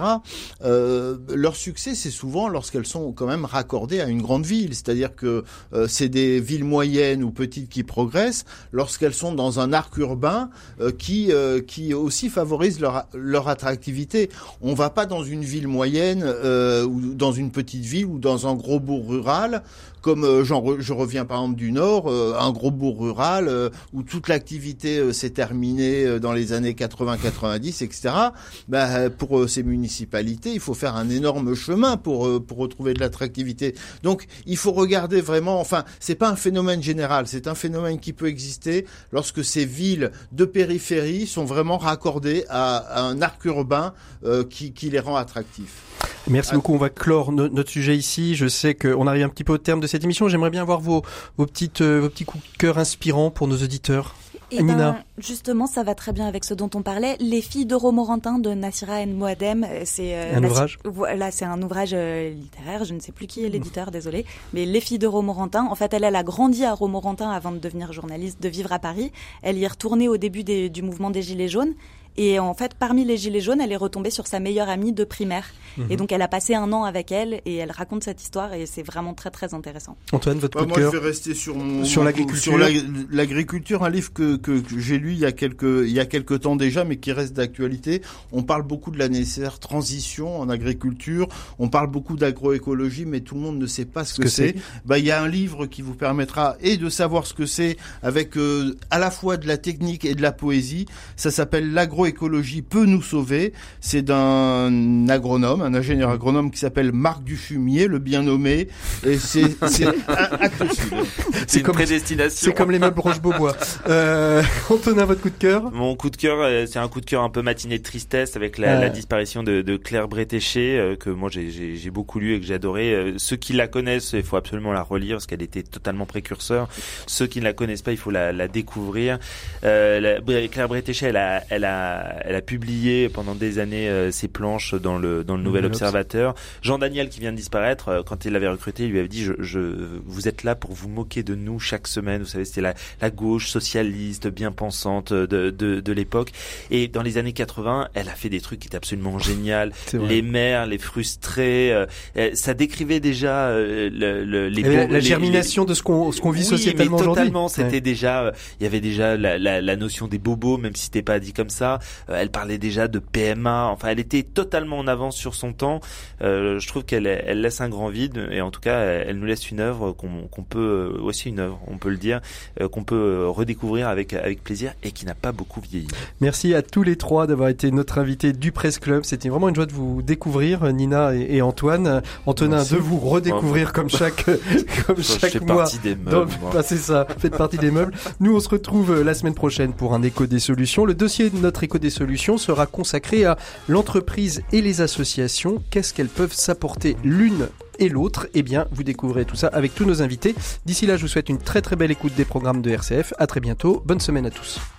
Leur succès, c'est souvent lorsqu'elles sont quand même raccordées à une grande ville, c'est-à-dire que c'est des villes moyennes ou petites qui progressent lorsqu'elles sont dans un arc urbain qui aussi favorise leur attractivité. On va pas dans une ville moyenne ou dans une petite ville ou dans un gros bourg rural comme je reviens par exemple du Nord, un gros bourg rural où toute l'activité s'est terminée dans les années 80-90, etc. Pour ces municipalités, il faut faire un énorme chemin pour retrouver de l'attractivité. Donc, il faut regarder vraiment. C'est pas un phénomène général, c'est un phénomène qui peut exister lorsque ces villes de périphérie sont vraiment raccordées à un arc urbain qui les rend attractifs. Merci beaucoup. On va clore notre sujet ici. Je sais qu'on arrive un petit peu au terme de cette émission. J'aimerais bien avoir vos petits coups de cœur inspirants pour nos auditeurs. Nina. Justement, ça va très bien avec ce dont on parlait. Les filles de Romorantin de Nassira El Moadem. C'est un ouvrage. Voilà, c'est un ouvrage littéraire. Je ne sais plus qui est l'éditeur, désolé. Mais Les filles de Romorantin. En fait, elle a grandi à Romorantin avant de devenir journaliste, de vivre à Paris. Elle y est retournée au début du mouvement des Gilets jaunes. Et en fait, parmi les Gilets jaunes, elle est retombée sur sa meilleure amie de primaire. Et donc, elle a passé 1 an avec elle et elle raconte cette histoire et c'est vraiment très, très intéressant. Antoine, votre coup de cœur? Moi, je vais rester sur l'agriculture. Sur l'agriculture, un livre que j'ai lu il y a quelques temps déjà, mais qui reste d'actualité. On parle beaucoup de la nécessaire transition en agriculture. On parle beaucoup d'agroécologie, mais tout le monde ne sait pas ce que c'est. Il y a un livre qui vous permettra de savoir ce que c'est avec à la fois de la technique et de la poésie. Ça s'appelle L'agroécologie peut nous sauver. C'est d'un agronome, un ingénieur agronome qui s'appelle Marc Dufumier, le bien nommé. Et c'est accessible. C'est une prédestination. C'est comme les meubles Roche-Beaubois. Antonin, votre coup de cœur? Mon coup de cœur, c'est un coup de cœur un peu matinée de tristesse avec la disparition de Claire Bretéché, que moi j'ai beaucoup lu et que j'ai adoré. Ceux qui la connaissent, il faut absolument la relire parce qu'elle était totalement précurseur. Ceux qui ne la connaissent pas, il faut la découvrir. Claire Bretéché, elle a a publié pendant des années ses planches dans le Nouvel Observateur. Jean Daniel, qui vient de disparaître, quand il l'avait recruté, il lui avait dit vous êtes là pour vous moquer de nous chaque semaine. Vous savez, c'était la gauche socialiste, bien pensante de l'époque. Et dans les années 80, elle a fait des trucs qui étaient absolument géniaux. Les mères, les frustrés. Ça décrivait déjà la germination de ce qu'on vit sociétalement aujourd'hui. Totalement. C'était déjà, il y avait déjà la notion des bobos, même si c'était pas dit comme ça. Elle parlait déjà de PMA. Enfin, elle était totalement en avance sur son temps. Je trouve qu'elle laisse un grand vide, et en tout cas, elle nous laisse une œuvre qu'on peut aussi on peut le dire, qu'on peut redécouvrir avec plaisir et qui n'a pas beaucoup vieilli. Merci à tous les trois d'avoir été notre invité du Presse Club. C'était vraiment une joie de vous découvrir, Nina et Antoine. Antonin, de vous redécouvrir comme chaque mois. Partie des meubles. C'est ça, faites partie des meubles. Nous, on se retrouve la semaine prochaine pour un écho des solutions. Le dossier de notre écho des solutions sera consacré à l'entreprise et les associations. Qu'est-ce qu'elles peuvent s'apporter l'une et l'autre? Eh bien, vous découvrez tout ça avec tous nos invités. D'ici là, je vous souhaite une très très belle écoute des programmes de RCF. À très bientôt. Bonne semaine à tous.